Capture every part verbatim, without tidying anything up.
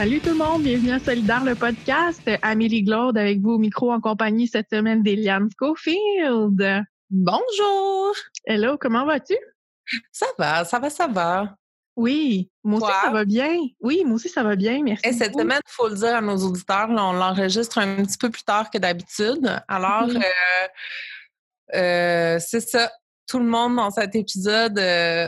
Salut tout le monde, bienvenue à Solidaire, le podcast. Amélie Glaude avec vous au micro en compagnie cette semaine d'Éliane Schofield. Bonjour! Hello, comment vas-tu? Ça va, ça va, ça va. Oui, moi Toi? aussi ça va bien. Oui, moi aussi ça va bien, merci Et cette beaucoup. semaine, il faut le dire à nos auditeurs, là, on l'enregistre un petit peu plus tard que d'habitude. Alors, Oui. euh, euh, c'est ça. Tout le monde dans cet épisode euh,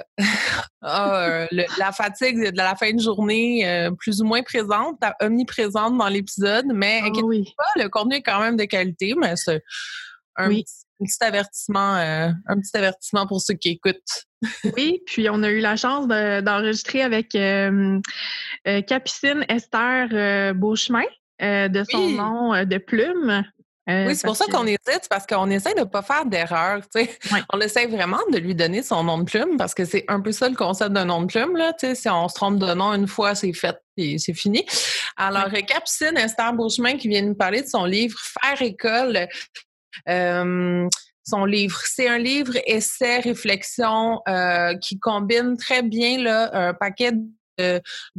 a euh, le, la fatigue de la fin de journée euh, plus ou moins présente, omniprésente dans l'épisode, mais Oh, inquiétez-vous oui. pas, le contenu est quand même de qualité, mais c'est un, Oui. petit, un petit avertissement, euh, un petit avertissement pour ceux qui écoutent. Oui, puis on a eu la chance de, d'enregistrer avec euh, euh, Capucine Esther euh, Beauchemin, euh, de son Oui. nom euh, de plume. Euh, Oui, c'est pour ça que... qu'on hésite, parce qu'on essaie de ne pas faire d'erreur. Tu sais. Ouais. On essaie vraiment de lui donner son nom de plume, parce que c'est un peu ça le concept d'un nom de plume. Là. Tu sais, si on se trompe de nom une fois, c'est fait et c'est fini. Alors, ouais. Capucine Esther Beauchemin qui vient nous parler de son livre Faire école. Euh, son livre, c'est un livre essai réflexion euh, qui combine très bien là, un paquet de De,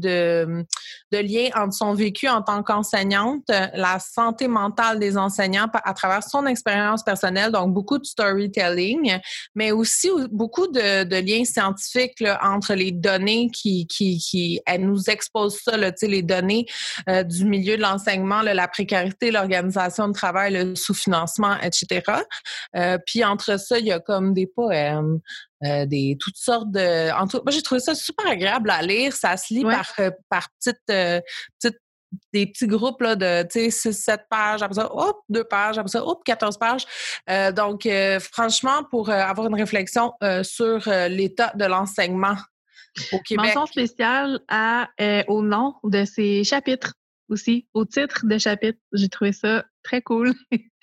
de, de liens entre son vécu en tant qu'enseignante, la santé mentale des enseignants à travers son expérience personnelle, donc beaucoup de storytelling, mais aussi beaucoup de, de liens scientifiques là, entre les données qui, qui, qui elle nous expose ça, là, les données euh, du milieu de l'enseignement, là, la précarité, l'organisation de travail, le sous-financement, et cetera. Euh, puis entre ça, il y a comme des poèmes, Euh, des toutes sortes de. En tout, moi, j'ai trouvé ça super agréable à lire. Ça se lit ouais. par euh, par petites euh, petites des petits groupes là de tu sais six sept pages, après ça hop deux pages, après ça hop quatorze pages. Euh, donc euh, franchement pour euh, avoir une réflexion euh, sur euh, l'état de l'enseignement au Québec. Mention spéciale à euh, au nom de ces chapitres aussi, au titre de chapitre. J'ai trouvé ça très cool.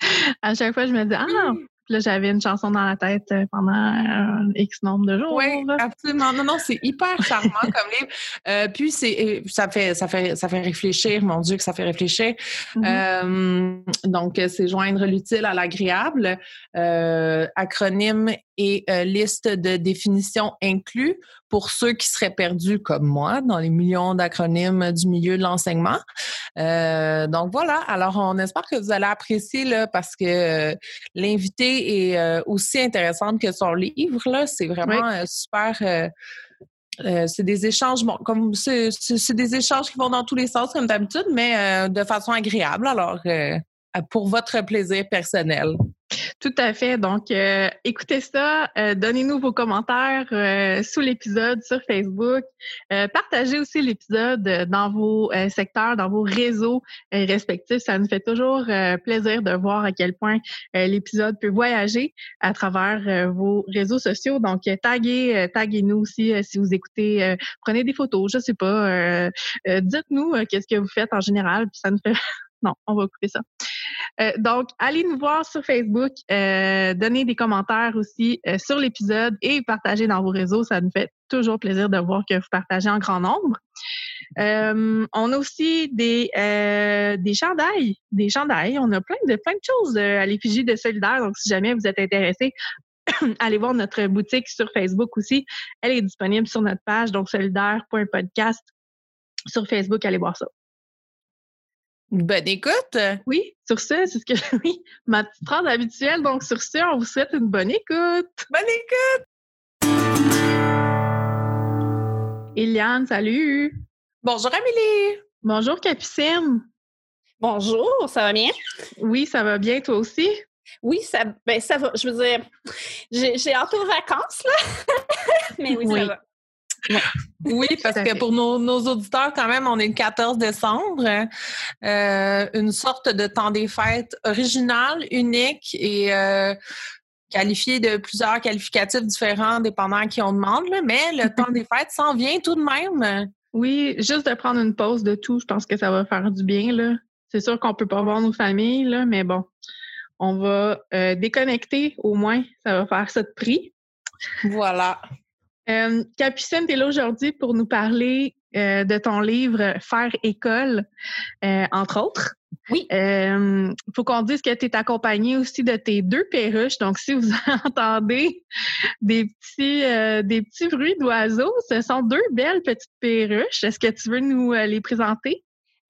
À chaque fois, je me dis ah. Oui. Là, j'avais une chanson dans la tête pendant un X nombre de jours. Oui, absolument. Non, non, c'est hyper charmant comme livre. Euh, puis c'est, ça fait, ça fait, ça fait réfléchir. Mon Dieu, que ça fait réfléchir. Mm-hmm. Euh, donc, c'est joindre l'utile à l'agréable. Euh, acronyme et euh, liste de définitions inclus pour ceux qui seraient perdus comme moi dans les millions d'acronymes du milieu de l'enseignement. Euh, donc voilà. Alors, on espère que vous allez apprécier là, parce que euh, l'invité est euh, aussi intéressante que son livre. Là, c'est vraiment oui. euh, super. Euh, euh, c'est des échanges, bon, comme c'est, c'est, c'est des échanges qui vont dans tous les sens comme d'habitude, mais euh, de façon agréable. Alors, euh, pour votre plaisir personnel. Tout à fait. Donc, euh, écoutez ça. Euh, donnez-nous vos commentaires euh, sous l'épisode sur Facebook. Euh, partagez aussi l'épisode dans vos euh, secteurs, dans vos réseaux euh, respectifs. Ça nous fait toujours euh, plaisir de voir à quel point euh, l'épisode peut voyager à travers euh, vos réseaux sociaux. Donc, euh, taguez, euh, taguez-nous aussi euh, si vous écoutez. Euh, prenez des photos, je sais pas. Euh, euh, dites-nous euh, qu'est-ce que vous faites en général. Puis ça nous fait... Non, on va couper ça. Euh, donc, allez nous voir sur Facebook, euh, donnez des commentaires aussi euh, sur l'épisode et partagez dans vos réseaux. Ça nous fait toujours plaisir de voir que vous partagez en grand nombre. Euh, on a aussi des euh, des chandails, des chandails. On a plein de plein de choses à l'effigie de Solidaire. Donc, si jamais vous êtes intéressés, allez voir notre boutique sur Facebook aussi. Elle est disponible sur notre page, donc solidaire point podcast sur Facebook. Allez voir ça. Bonne écoute! Oui, sur ce, c'est ce que oui, ma petite phrase habituelle. Donc, sur ce, on vous souhaite une bonne écoute. Bonne écoute! Éliane, salut! Bonjour Amélie! Bonjour Capucine! Bonjour, ça va bien? Oui, ça va bien, toi aussi? Oui, ça, ben, ça va. Je veux dire, j'ai, j'ai hâte aux vacances, là. Mais oui, oui, ça va. Ouais. Oui, parce que pour nos, nos auditeurs, quand même, on est le quatorze décembre. Euh, une sorte de temps des fêtes original, unique et euh, qualifié de plusieurs qualificatifs différents dépendant à qui on demande. Là, mais le temps des fêtes s'en vient tout de même. Oui, juste de prendre une pause de tout, je pense que ça va faire du bien. Là. C'est sûr qu'on peut pas voir nos familles, là, mais bon, on va euh, déconnecter au moins. Ça va faire ça de prix. Voilà. Euh, Capucine, tu es là aujourd'hui pour nous parler euh, de ton livre « Faire école euh, », entre autres. Oui. Il euh, faut qu'on dise que tu es accompagnée aussi de tes deux perruches. Donc, si vous entendez des petits, euh, des petits bruits d'oiseaux, ce sont deux belles petites perruches. Est-ce que tu veux nous euh, les présenter?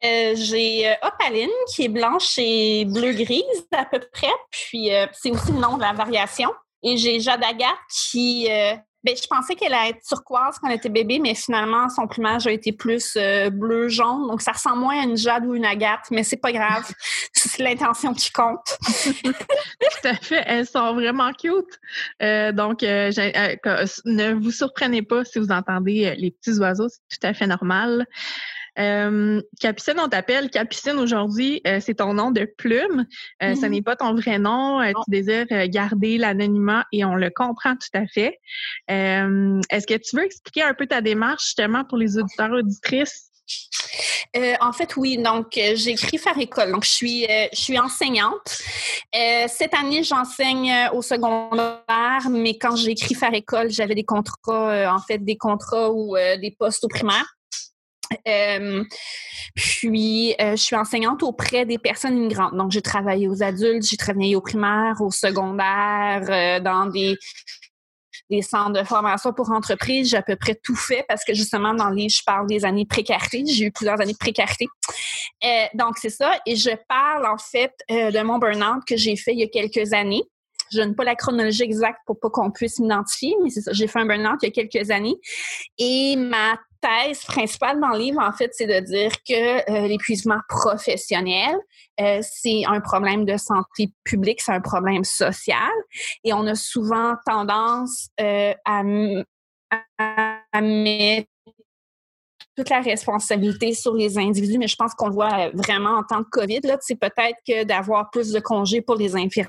Euh, j'ai euh, Opaline, qui est blanche et bleu-grise à peu près, puis euh, c'est aussi le nom de la variation. Et j'ai Jade Agathe qui... Euh, ben, je pensais qu'elle allait être turquoise quand elle était bébé, mais finalement, son plumage a été plus euh, bleu-jaune. Donc, ça ressemble moins à une Jade ou une Agathe, mais c'est pas grave. C'est l'intention qui compte. Tout à fait. Elles sont vraiment cute. Euh, donc, euh, euh, ne vous surprenez pas si vous entendez les petits oiseaux. C'est tout à fait normal. Euh, Capucine, on t'appelle Capucine aujourd'hui. Euh, c'est ton nom de plume. Euh, mm-hmm. Ce n'est pas ton vrai nom. Euh, tu désires garder l'anonymat et on le comprend tout à fait. Euh, est-ce que tu veux expliquer un peu ta démarche justement pour les auditeurs et auditrices? Euh, en fait, oui. Donc, euh, j'ai écrit faire école. Donc, je suis, euh, je suis enseignante. Euh, cette année, j'enseigne au secondaire, mais quand j'ai écrit faire école, j'avais des contrats, euh, en fait, des contrats ou euh, des postes au primaire. Euh, puis, euh, je suis enseignante auprès des personnes immigrantes. Donc, j'ai travaillé aux adultes, j'ai travaillé au primaire, au secondaire, euh, dans des, des centres de formation pour entreprises. J'ai à peu près tout fait parce que, justement, dans les, je parle des années de précarité. J'ai eu plusieurs années de précarité. Euh, donc, c'est ça. Et je parle, en fait, euh, de mon burn-out que j'ai fait il y a quelques années. Je donne pas la chronologie exacte pour pas qu'on puisse m'identifier, mais c'est ça. J'ai fait un burn-out il y a quelques années. Et ma thèse principale dans le livre, en fait, c'est de dire que euh, l'épuisement professionnel, euh, c'est un problème de santé publique, c'est un problème social. Et on a souvent tendance euh, à, à, à mettre toute la responsabilité sur les individus, mais je pense qu'on le voit vraiment en temps de COVID. Là, c'est peut-être que d'avoir plus de congés pour les infirmières,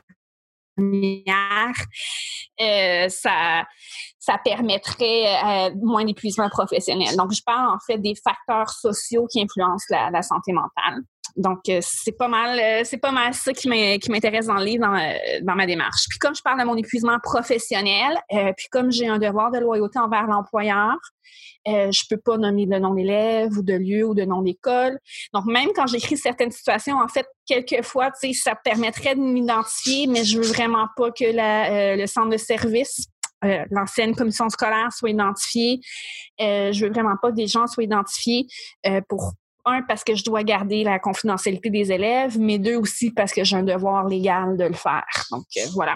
Euh, ça, ça permettrait euh, moins d'épuisement professionnel. Donc, je parle en fait des facteurs sociaux qui influencent la, la santé mentale. Donc, euh, c'est pas mal, euh, c'est pas mal ça qui m'intéresse dans le livre, dans, euh, dans ma démarche. Puis, comme je parle de mon épuisement professionnel, euh, puis comme j'ai un devoir de loyauté envers l'employeur, Euh, je peux pas nommer de nom d'élève ou de lieu ou de nom d'école. Donc, même quand j'écris certaines situations, en fait, quelquefois, tu sais, ça permettrait de m'identifier, mais je veux vraiment pas que la, euh, le centre de service, euh, l'ancienne commission scolaire soit identifiée. Euh, je veux vraiment pas que des gens soient identifiés euh, pour, un, parce que je dois garder la confidentialité des élèves, mais deux, aussi parce que j'ai un devoir légal de le faire. Donc, euh, voilà.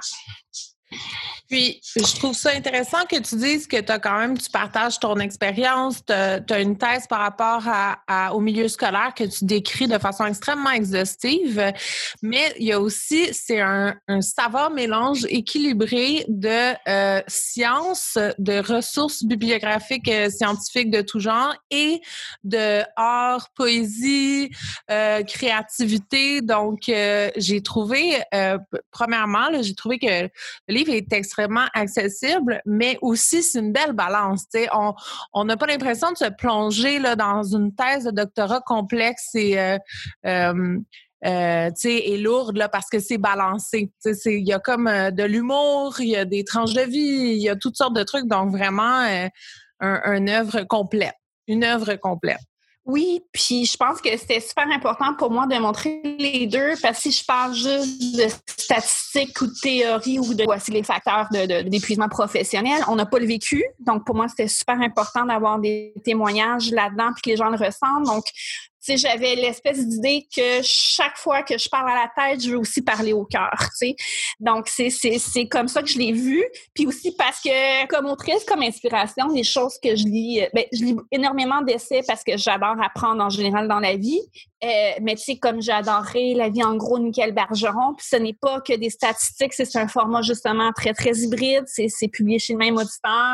Puis, je trouve ça intéressant que tu dises que tu as quand même, tu partages ton expérience, tu as une thèse par rapport à, à, au milieu scolaire que tu décris de façon extrêmement exhaustive, mais il y a aussi, c'est un, un savant mélange équilibré de euh, sciences, de ressources bibliographiques euh, scientifiques de tout genre et de art, poésie, euh, créativité. Donc, euh, j'ai trouvé, euh, premièrement, là, j'ai trouvé que le livre est extrêmement accessible, mais aussi c'est une belle balance. T'sais. On on n'a pas l'impression de se plonger là, dans une thèse de doctorat complexe et euh, euh, euh, et lourde là, parce que c'est balancé. Il y a comme euh, de l'humour, il y a des tranches de vie, il y a toutes sortes de trucs. Donc vraiment, euh, un, une œuvre complète. Une œuvre complète. Oui, puis je pense que c'était super important pour moi de montrer les deux parce que si je parle juste de statistiques ou de théorie ou de voici les facteurs de, de, d'épuisement professionnel, on n'a pas le vécu. Donc, pour moi, c'était super important d'avoir des témoignages là-dedans puis que les gens le ressentent. Donc, tu sais, j'avais l'espèce d'idée que chaque fois que je parle à la tête, je veux aussi parler au cœur, tu sais. Donc, c'est, c'est, c'est comme ça que je l'ai vu. Puis aussi parce que, comme autrice, comme inspiration, les choses que je lis, ben, je lis énormément d'essais parce que j'adore apprendre en général dans la vie. Euh, mais tu sais, comme j'adorerais La vie en gros, Nickel Bergeron, puis ce n'est pas que des statistiques, c'est un format justement très, très hybride. C'est, c'est publié chez le même auditeur.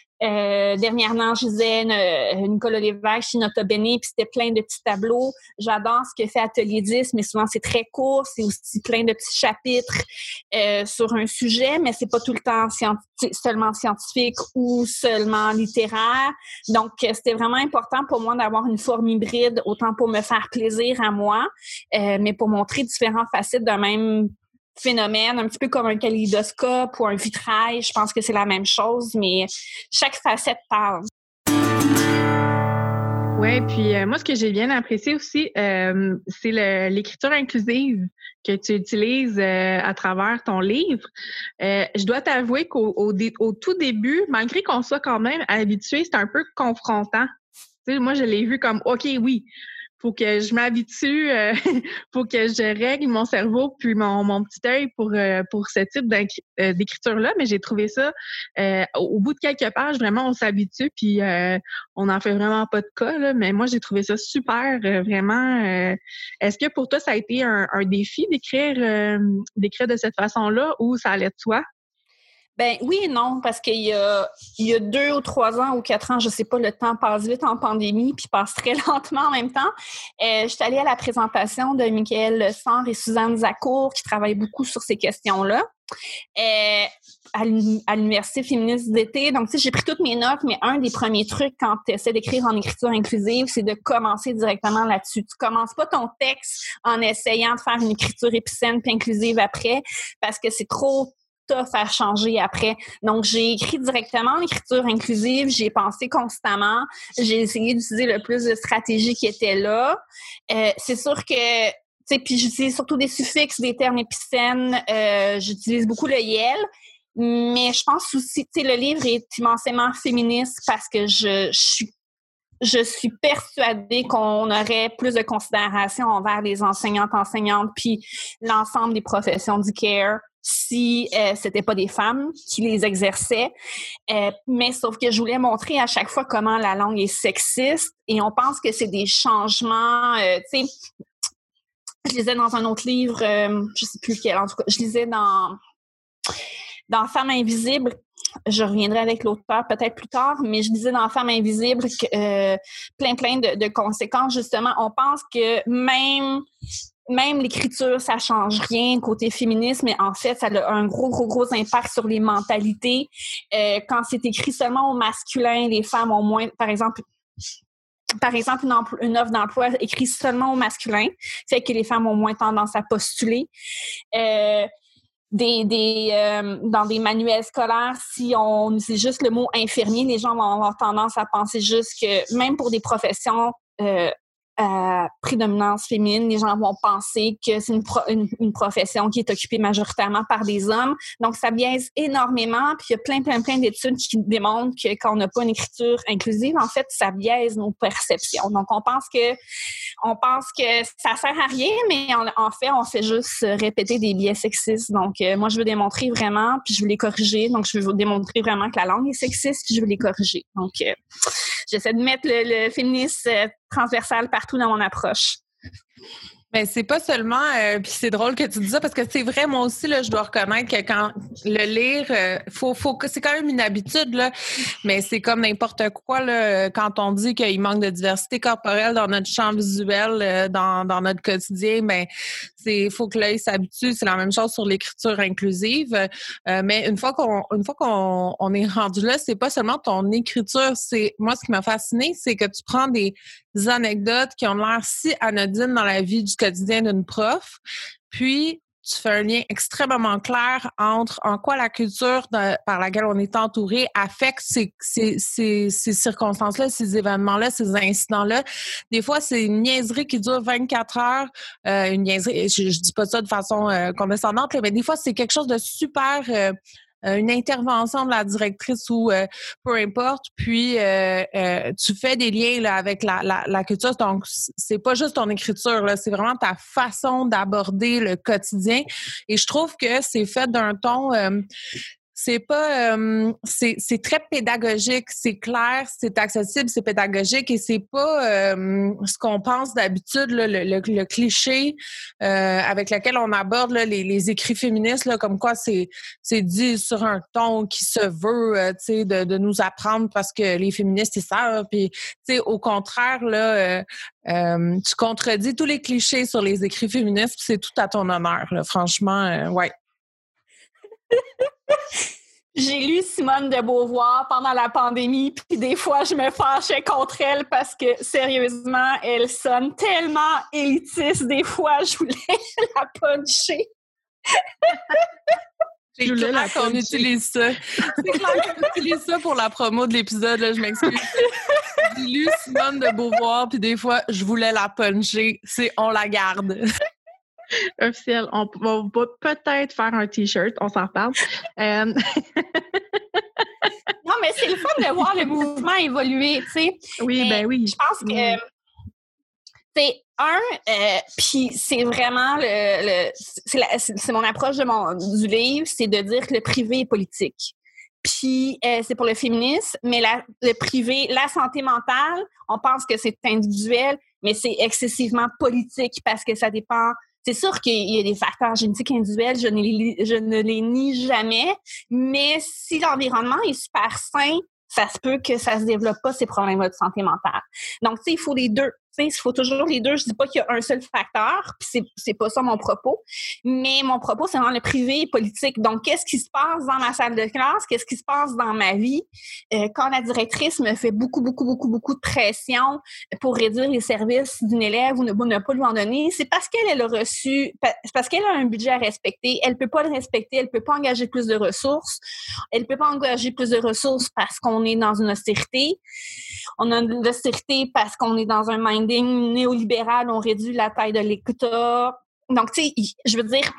Euh, dernièrement, je lisais euh, Nicolas Lévesque chez Nota Bene, puis c'était plein de petits tableaux. J'adore ce que fait Atelier dix, mais souvent c'est très court, c'est aussi plein de petits chapitres euh, sur un sujet, mais c'est pas tout le temps scienti- seulement scientifique ou seulement littéraire. Donc, c'était vraiment important pour moi d'avoir une forme hybride, autant pour me faire plaisir à moi, euh, mais pour montrer différentes facettes d'un même phénomène, un petit peu comme un kaléidoscope ou un vitrail. Je pense que c'est la même chose, mais chaque facette parle. Oui, puis euh, moi, ce que j'ai bien apprécié aussi, euh, c'est le, l'écriture inclusive que tu utilises euh, à travers ton livre. Euh, je dois t'avouer qu'au au, au tout début, malgré qu'on soit quand même habitué, c'est un peu confrontant. Tu sais, moi, je l'ai vu comme, OK, oui, faut que je m'habitue, euh, faut que je règle mon cerveau puis mon, mon petit œil pour, euh, pour ce type euh, d'écriture-là. Mais j'ai trouvé ça, euh, au bout de quelques pages, vraiment, on s'habitue puis euh, on n'en fait vraiment pas de cas, là. Mais moi, j'ai trouvé ça super, euh, vraiment. Euh, est-ce que pour toi, ça a été un, un défi d'écrire, euh, d'écrire de cette façon-là ou ça allait de soi? Ben oui et non, parce qu'il y a, il y a deux ou trois ans ou quatre ans, je sais pas, le temps passe vite en pandémie puis passe très lentement en même temps. Euh, je suis allée à la présentation de Michael Sand et Suzanne Zacour qui travaillent beaucoup sur ces questions-là. Euh, à l'Université féministe d'été. Donc, tu sais, j'ai pris toutes mes notes, mais un des premiers trucs quand tu essaies d'écrire en écriture inclusive, c'est de commencer directement là-dessus. Tu commences pas ton texte en essayant de faire une écriture épicène puis inclusive après, parce que c'est trop tough à changer après. Donc, j'ai écrit directement en écriture inclusive, j'ai pensé constamment, j'ai essayé d'utiliser le plus de stratégies qui étaient là. Euh, c'est sûr que puis j'utilise surtout des suffixes, des termes épicènes. Euh, j'utilise beaucoup le yel. Mais je pense aussi, tu sais, le livre est immensément féministe parce que je, je suis je suis persuadée qu'on aurait plus de considération envers les enseignantes, enseignantes, puis l'ensemble des professions du care si euh, c'était pas des femmes qui les exerçaient. Euh, mais sauf que je voulais montrer à chaque fois comment la langue est sexiste et on pense que c'est des changements, euh, tu sais, je lisais dans un autre livre, euh, je sais plus lequel, en tout cas, je lisais dans, dans Femme invisible, je reviendrai avec l'auteur peut-être plus tard, mais je disais dans Femme invisible que, euh, plein, plein de, de conséquences, justement. On pense que même, même l'écriture, ça change rien côté féminisme, mais en fait, ça a un gros, gros, gros impact sur les mentalités. Euh, quand c'est écrit seulement au masculin, les femmes ont moins, par exemple, Par exemple, une, empl- une offre d'emploi écrite seulement au masculin, fait que les femmes ont moins tendance à postuler. Euh, des, des, euh, dans des manuels scolaires, si on utilise juste le mot infirmier, les gens vont avoir tendance à penser juste que même pour des professions euh, à prédominance féminine, les gens vont penser que c'est une, pro- une, une profession qui est occupée majoritairement par des hommes. Donc, ça biaise énormément. Puis, il y a plein, plein, plein d'études qui démontrent que quand on n'a pas une écriture inclusive, en fait, ça biaise nos perceptions. Donc, on pense que on pense que ça sert à rien, mais en, en fait, on fait juste répéter des biais sexistes. Donc, euh, moi, je veux démontrer vraiment, puis je veux les corriger. Donc, je veux démontrer vraiment que la langue est sexiste, puis je veux les corriger. Donc, euh, j'essaie de mettre le, le féminisme euh, transversal partout dans mon approche. Mais c'est pas seulement, euh, puis c'est drôle que tu dis ça parce que c'est vrai, moi aussi là, je dois reconnaître que quand le lire, euh, faut, faut que c'est quand même une habitude là, mais c'est comme n'importe quoi là, quand on dit qu'il manque de diversité corporelle dans notre champ visuel, euh, dans dans notre quotidien, ben c'est faut que l'œil s'habitue. C'est la même chose sur l'écriture inclusive, euh, mais une fois qu'on une fois qu'on on est rendu là, c'est pas seulement ton écriture, c'est moi ce qui m'a fasciné, c'est que tu prends des des anecdotes qui ont l'air si anodines dans la vie du quotidien d'une prof, puis tu fais un lien extrêmement clair entre en quoi la culture de, par laquelle on est entouré affecte ces, ces, ces, ces circonstances-là, ces événements-là, ces incidents-là. Des fois, c'est une niaiserie qui dure vingt-quatre heures, euh, une niaiserie, je, je dis pas ça de façon euh, condescendante, mais des fois, c'est quelque chose de super... Euh, une intervention de la directrice ou euh, peu importe, puis euh, euh, tu fais des liens là, avec la, la, la culture, donc c'est pas juste ton écriture, là, c'est vraiment ta façon d'aborder le quotidien et je trouve que c'est fait d'un ton... Euh, c'est pas euh, c'est c'est très pédagogique, c'est clair, c'est accessible, c'est pédagogique et c'est pas euh, ce qu'on pense d'habitude là, le, le, le cliché euh, avec lequel on aborde là, les, les écrits féministes là, comme quoi c'est c'est dit sur un ton qui se veut euh, tu sais de, de nous apprendre parce que les féministes ils savent puis tu sais au contraire là euh, euh, tu contredis tous les clichés sur les écrits féministes, c'est tout à ton honneur là, franchement euh, ouais. J'ai lu Simone de Beauvoir pendant la pandémie, puis des fois, je me fâchais contre elle parce que, sérieusement, elle sonne tellement élitiste. Des fois, je voulais la puncher. C'est clair qu'on utilise ça. C'est clair qu'on utilise ça pour la promo de l'épisode, là, je m'excuse. J'ai lu Simone de Beauvoir, puis des fois, je voulais la puncher. C'est « on la garde ». Officiel. On, on va peut-être faire un T-shirt, on s'en reparle. Euh... non, mais c'est le fun de voir le mouvement évoluer, tu sais. Oui, ben oui. Je pense que... C'est un, euh, puis c'est vraiment le, le c'est, la, c'est, c'est mon approche de mon, du livre, c'est de dire que le privé est politique. Puis euh, c'est pour le féminisme, mais la, le privé, la santé mentale, on pense que c'est individuel, mais c'est excessivement politique parce que ça dépend. C'est sûr qu'il y a des facteurs génétiques individuels, je ne les, je ne les nie jamais, mais si l'environnement est super sain, ça se peut que ça se développe pas ces problèmes-là de santé mentale. Donc, tu sais, il faut les deux. Tu sais, il faut toujours les deux. Je dis pas qu'il y a un seul facteur, puis c'est, c'est pas ça mon propos. Mais mon propos, c'est vraiment le privé et politique. Donc, qu'est-ce qui se passe dans ma salle de classe? Qu'est-ce qui se passe dans ma vie? Euh, quand la directrice me fait beaucoup, beaucoup, beaucoup, beaucoup de pression pour réduire les services d'une élève ou ne, ne pas lui en donner, c'est parce qu'elle, elle a reçu, c'est parce qu'elle a un budget à respecter. Elle peut pas le respecter. Elle peut pas engager plus de ressources. Elle peut pas engager plus de ressources parce qu'on est dans une austérité. On a une austérité parce qu'on est dans un minding néolibéral, on réduit la taille de l'État. Donc, tu sais, je veux dire,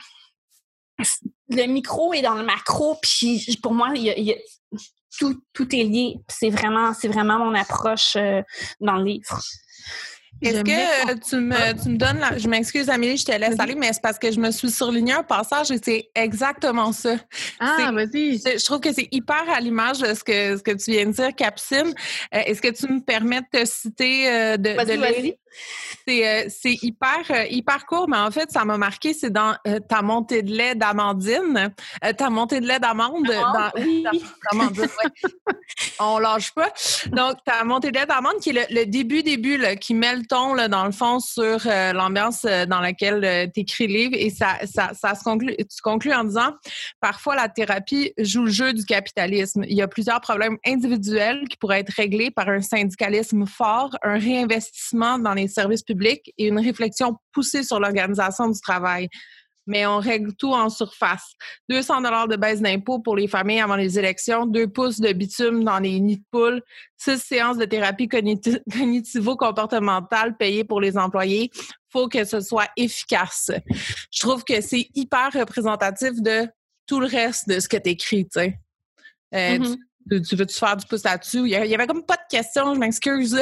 le micro est dans le macro, puis pour moi, il y a, il y a, tout, tout est lié. C'est vraiment, c'est vraiment mon approche euh, dans le livre. Est-ce J'aime que tu me, tu me donnes la... Je m'excuse, Amélie, je te laisse aller, mais c'est parce que je me suis surlignée un passage et c'est exactement ça. Ah, c'est, vas-y. Je trouve que c'est hyper à l'image de ce que, ce que tu viens de dire, Capucine. Euh, est-ce que tu me permets de te citer euh, de, vas-y, de vas-y. C'est, euh, c'est hyper, euh, hyper court, mais en fait, ça m'a marqué, c'est dans euh, ta montée de lait d'Amandine. Euh, ta montée de lait d'amande. Dans, oui. D'Amandine, ouais. On lâche pas. Donc, ta montée de lait d'amande, qui est le, le début, début, là, qui met le ton, là, dans le fond, sur euh, l'ambiance euh, dans laquelle euh, tu écris le livre. Et ça, ça, ça se conclut, tu conclus en disant, parfois, la thérapie joue le jeu du capitalisme. Il y a plusieurs problèmes individuels qui pourraient être réglés par un syndicalisme fort, un réinvestissement dans les services publics et une réflexion poussée sur l'organisation du travail. Mais on règle tout en surface. deux cents dollars de baisse d'impôts pour les familles avant les élections, deux pouces de bitume dans les nids de poules, six séances de thérapie cogniti- cognitivo-comportementale payées pour les employés. Faut que ce soit efficace. Je trouve que c'est hyper représentatif de tout le reste de ce que tu écris, tu sais. Euh, mm-hmm. Tu, tu veux-tu faire du pouce là-dessus? Il y avait comme pas de questions, je m'excuse.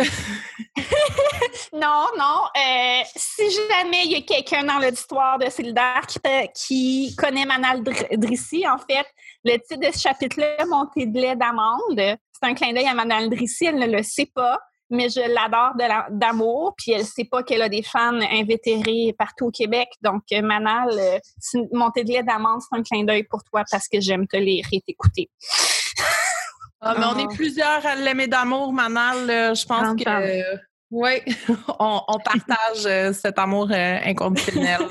Non, non. Euh, si jamais il y a quelqu'un dans l'auditoire de Solidaire qui, qui connaît Manal Drissi, en fait, le titre de ce chapitre-là, Montée de lait d'amande, c'est un clin d'œil à Manal Drissi, elle ne le sait pas, mais je l'adore de la, d'amour, puis elle ne sait pas qu'elle a des fans invétérés partout au Québec. Donc, Manal, euh, Montée de lait d'amande, c'est un clin d'œil pour toi parce que j'aime te lire et t'écouter. Ah, mais on est plusieurs à l'aimer d'amour, Manal. Je pense Grande que... Euh, oui, on, on partage euh, cet amour euh, inconditionnel.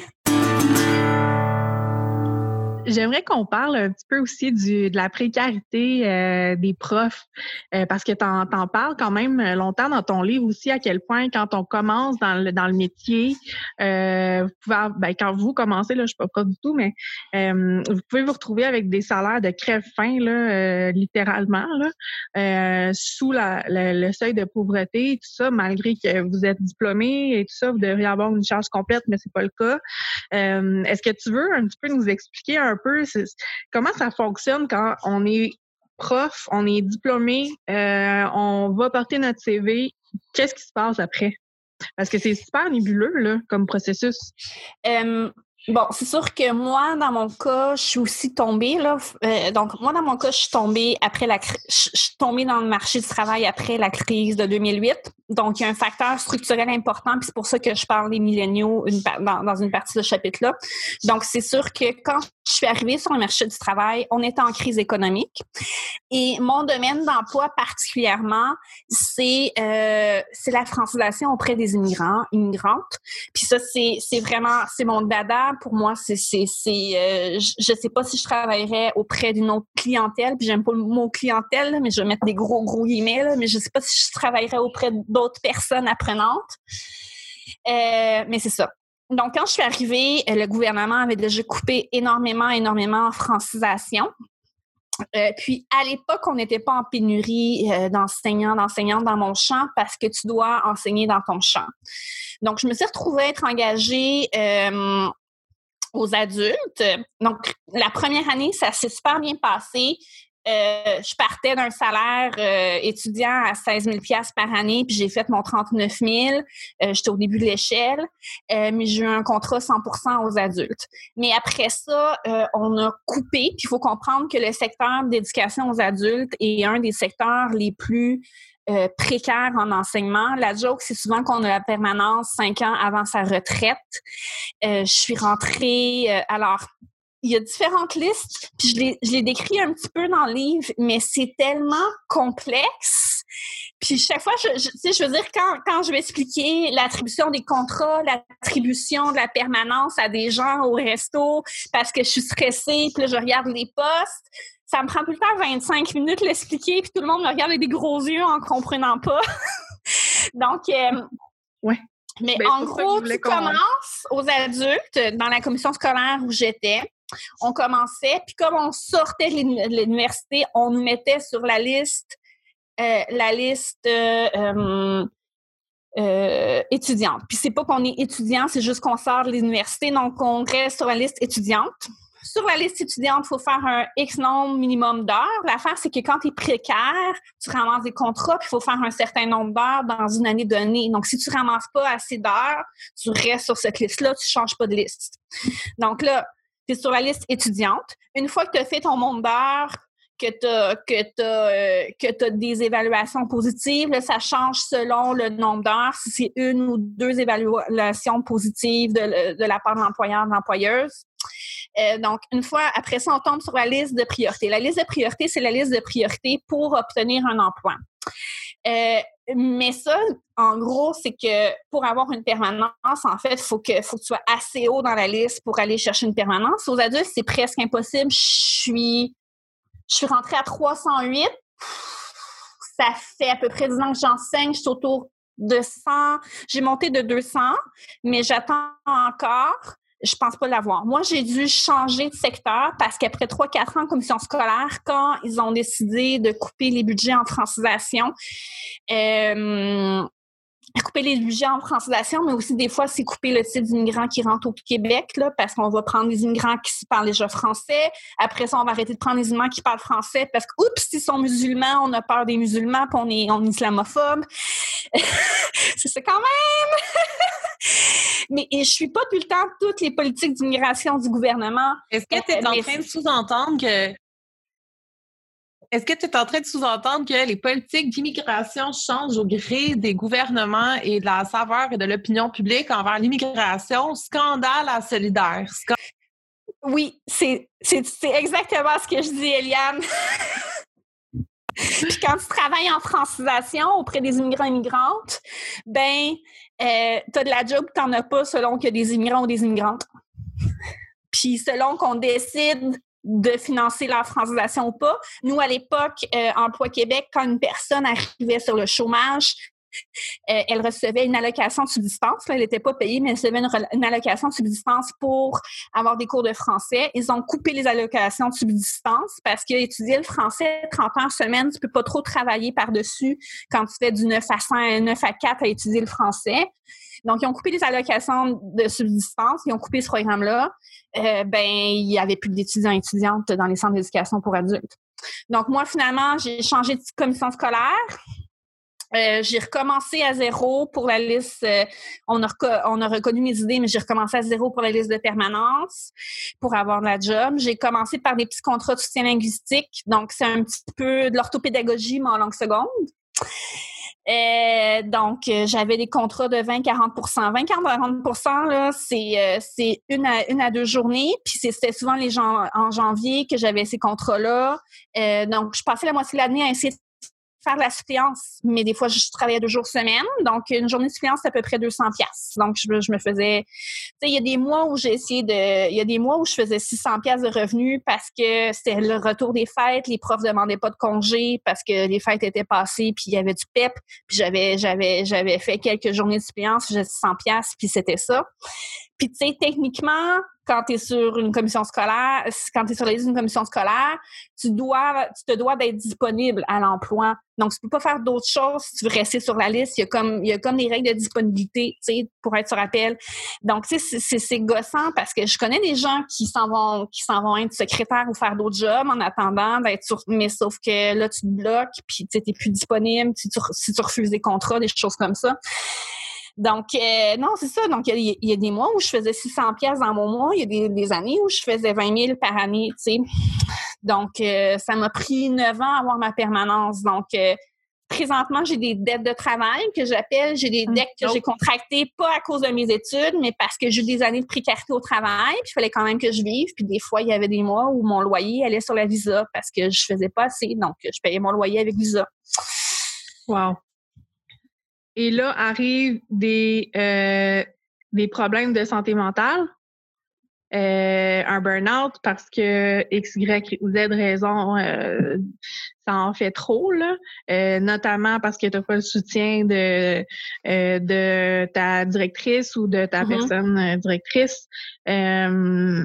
J'aimerais qu'on parle un petit peu aussi du, de la précarité euh, des profs, euh, parce que t'en, t'en parles quand même longtemps dans ton livre aussi, à quel point quand on commence dans le, dans le métier, euh, vous pouvez, ben, quand vous commencez, là, je ne suis pas prof du tout, mais euh, vous pouvez vous retrouver avec des salaires de crève-faim, là, euh, littéralement, là, euh, sous la, la, le seuil de pauvreté, et tout ça, malgré que vous êtes diplômé et tout ça, vous devriez avoir une charge complète, mais c'est pas le cas. Euh, est-ce que tu veux un petit peu nous expliquer un peu c'est, comment ça fonctionne quand on est prof, on est diplômé, euh, on va porter notre C V, qu'est-ce qui se passe après? Parce que c'est super nébuleux là, comme processus. Um... Bon, c'est sûr que moi, dans mon cas, je suis aussi tombée, là. Euh, donc, moi, dans mon cas, je suis tombée après la cri- je suis tombée dans le marché du travail après la crise de deux mille huit. Donc, il y a un facteur structurel important, puis c'est pour ça que je parle des milléniaux une, dans, dans une partie de ce chapitre-là. Donc, c'est sûr que quand je suis arrivée sur le marché du travail, on était en crise économique. Et mon domaine d'emploi particulièrement, c'est, euh, c'est la francisation auprès des immigrants, immigrantes. Puis ça, c'est, c'est vraiment, c'est mon dada. Pour moi, c'est, c'est, c'est euh, je ne sais pas si je travaillerais auprès d'une autre clientèle, puis j'aime pas le mot clientèle, là, mais je vais mettre des gros, gros guillemets, là, mais je ne sais pas si je travaillerais auprès d'autres personnes apprenantes. Euh, mais c'est ça. Donc, quand je suis arrivée, le gouvernement avait déjà coupé énormément, énormément en francisation. Euh, puis, à l'époque, on n'était pas en pénurie euh, d'enseignants, d'enseignantes dans mon champ parce que tu dois enseigner dans ton champ. Donc, je me suis retrouvée à être engagée euh, aux adultes. Donc, la première année, ça s'est super bien passé. Euh, je partais d'un salaire euh, étudiant à seize mille dollars par année, puis j'ai fait mon trente-neuf mille. Euh, j'étais au début de l'échelle, euh, mais j'ai eu un contrat cent pour cent aux adultes. Mais après ça, euh, on a coupé, puis il faut comprendre que le secteur d'éducation aux adultes est un des secteurs les plus euh, précaires en enseignement. La joke, c'est souvent qu'on a la permanence cinq ans avant sa retraite. Euh, je suis rentrée... Euh, alors... Il y a différentes listes, puis je les, je les décris un petit peu dans le livre, mais c'est tellement complexe. Puis chaque fois, je, je, tu sais, je veux dire, quand, quand je vais expliquer l'attribution des contrats, l'attribution de la permanence à des gens au resto parce que je suis stressée, puis là, je regarde les postes, ça me prend tout le temps vingt-cinq minutes l'expliquer, puis tout le monde me regarde avec des gros yeux en comprenant pas. Donc, euh, ouais. Mais ben, en gros, tu commences aux adultes dans la commission scolaire où j'étais. On commençait, puis comme on sortait de l'université, on nous mettait sur la liste, euh, la liste euh, euh, étudiante. Puis c'est pas qu'on est étudiant, c'est juste qu'on sort de l'université, donc on reste sur la liste étudiante. Sur la liste étudiante, il faut faire un X nombre minimum d'heures. L'affaire, c'est que quand tu es précaire, tu ramasses des contrats, puis il faut faire un certain nombre d'heures dans une année donnée. Donc, si tu ramasses pas assez d'heures, tu restes sur cette liste-là, tu changes pas de liste. Donc là, tu es sur la liste étudiante. Une fois que tu as fait ton nombre d'heures, que tu as que t'as, euh, que t'as des évaluations positives, là, ça change selon le nombre d'heures, si c'est une ou deux évaluations positives de, de la part de l'employeur, de l'employeuse. Euh, donc, une fois, après ça, on tombe sur la liste de priorité. La liste de priorité, c'est la liste de priorité pour obtenir un emploi. Euh, mais ça, en gros, c'est que pour avoir une permanence, en fait, il faut que, faut que tu sois assez haut dans la liste pour aller chercher une permanence. Aux adultes, c'est presque impossible. Je suis, je suis rentrée à trois cent huit. Ça fait à peu près dix ans que j'enseigne. Je suis autour de cent. J'ai monté de deux cents, mais j'attends encore. Je pense pas l'avoir. Moi, j'ai dû changer de secteur parce qu'après trois quatre ans en commission scolaire, quand ils ont décidé de couper les budgets en francisation, euh, couper les budgets en francisation, mais aussi des fois, c'est couper le type d'immigrants qui rentrent au Québec, là, parce qu'on va prendre des immigrants qui parlent déjà français. Après ça, on va arrêter de prendre des immigrants qui parlent français parce que, oups, s'ils sont musulmans, on a peur des musulmans, puis on est, on est islamophobe. c'est ça quand même! Mais et je suis pas tout le temps toutes les politiques d'immigration du gouvernement. Est-ce que tu es en train de sous-entendre que Est-ce que tu es en train de sous-entendre que les politiques d'immigration changent au gré des gouvernements et de la saveur et de l'opinion publique envers l'immigration? Scandale à solidaire. Sc- oui, c'est, c'est, c'est exactement ce que je dis, Eliane. Puis quand tu travailles en francisation auprès des immigrants et immigrantes, ben, euh, t'as de la job que t'en as pas selon qu'il y a des immigrants ou des immigrantes. Puis selon qu'on décide de financer leur francisation ou pas. Nous, à l'époque, euh, Emploi Québec, quand une personne arrivait sur le chômage, euh, elle recevait une allocation de subsistance. Là, elle n'était pas payée, mais elle recevait une, une allocation de subsistance pour avoir des cours de français. Ils ont coupé les allocations de subsistance parce qu'étudier le français trente heures semaine, tu peux pas trop travailler par-dessus quand tu fais du neuf à cinq, neuf à quatre à étudier le français. Donc, ils ont coupé les allocations de subsistance, ils ont coupé ce programme-là. Euh, ben, il n'y avait plus d'étudiants et étudiantes dans les centres d'éducation pour adultes. Donc, moi, finalement, j'ai changé de commission scolaire. Euh, j'ai recommencé à zéro pour la liste. Euh, on, a reco- on a reconnu mes idées, mais j'ai recommencé à zéro pour la liste de permanence pour avoir de la job. J'ai commencé par des petits contrats de soutien linguistique. Donc, c'est un petit peu de l'orthopédagogie, mais en langue seconde. Euh, donc, euh, j'avais des contrats de vingt à quarante pour cent. vingt à quarante pour cent, là, c'est, euh, c'est une, à, une à deux journées. Puis c'est, c'était souvent les gens en janvier que j'avais ces contrats-là. Euh, donc, je passais la moitié de l'année à essayer de faire de la suppléance, mais des fois, je travaillais deux jours semaine. Donc, une journée de suppléance, c'est à peu près deux cents piastres. Donc, je, je me faisais... Tu sais, il y a des mois où j'ai essayé de... Il y a des mois où je faisais six cents piastres de revenus parce que c'était le retour des fêtes. Les profs demandaient pas de congé parce que les fêtes étaient passées, puis il y avait du pep. Puis j'avais, j'avais, j'avais fait quelques journées de suppléance, j'ai six cents piastres, puis c'était ça. Puis, tu sais, techniquement, quand tu es sur une commission scolaire, quand tu es sur la liste d'une commission scolaire, tu dois, tu te dois d'être disponible à l'emploi. Donc, tu peux pas faire d'autres choses si tu veux rester sur la liste. Il y a comme, il y a comme des règles de disponibilité, tu sais, pour être sur appel. Donc, tu sais, c'est, c'est, c'est gossant parce que je connais des gens qui s'en vont, qui s'en vont être secrétaires ou faire d'autres jobs en attendant d'être sur, mais sauf que là, tu te bloques puis tu sais, t'es plus disponible si tu, si tu refuses des contrats, des choses comme ça. Donc, euh, non, c'est ça. Donc, il y, y a des mois où je faisais six cents pièces dans mon mois. Il y a des, des années où je faisais vingt mille par année, tu sais. Donc, euh, ça m'a pris neuf ans à avoir ma permanence. Donc, euh, présentement, j'ai des dettes de travail que j'appelle. J'ai des dettes que j'ai contractées pas à cause de mes études, mais parce que j'ai eu des années de précarité au travail. Puis, il fallait quand même que je vive. Puis, des fois, il y avait des mois où mon loyer allait sur la Visa parce que je faisais pas assez. Donc, je payais mon loyer avec Visa. Wow. Et là, arrivent des, euh, des problèmes de santé mentale, euh, un burn-out parce que X, Y ou Z raison, euh, ça en fait trop, là. Euh, notamment parce que tu n'as pas le soutien de, euh, de ta directrice ou de ta mm-hmm. personne directrice. Euh,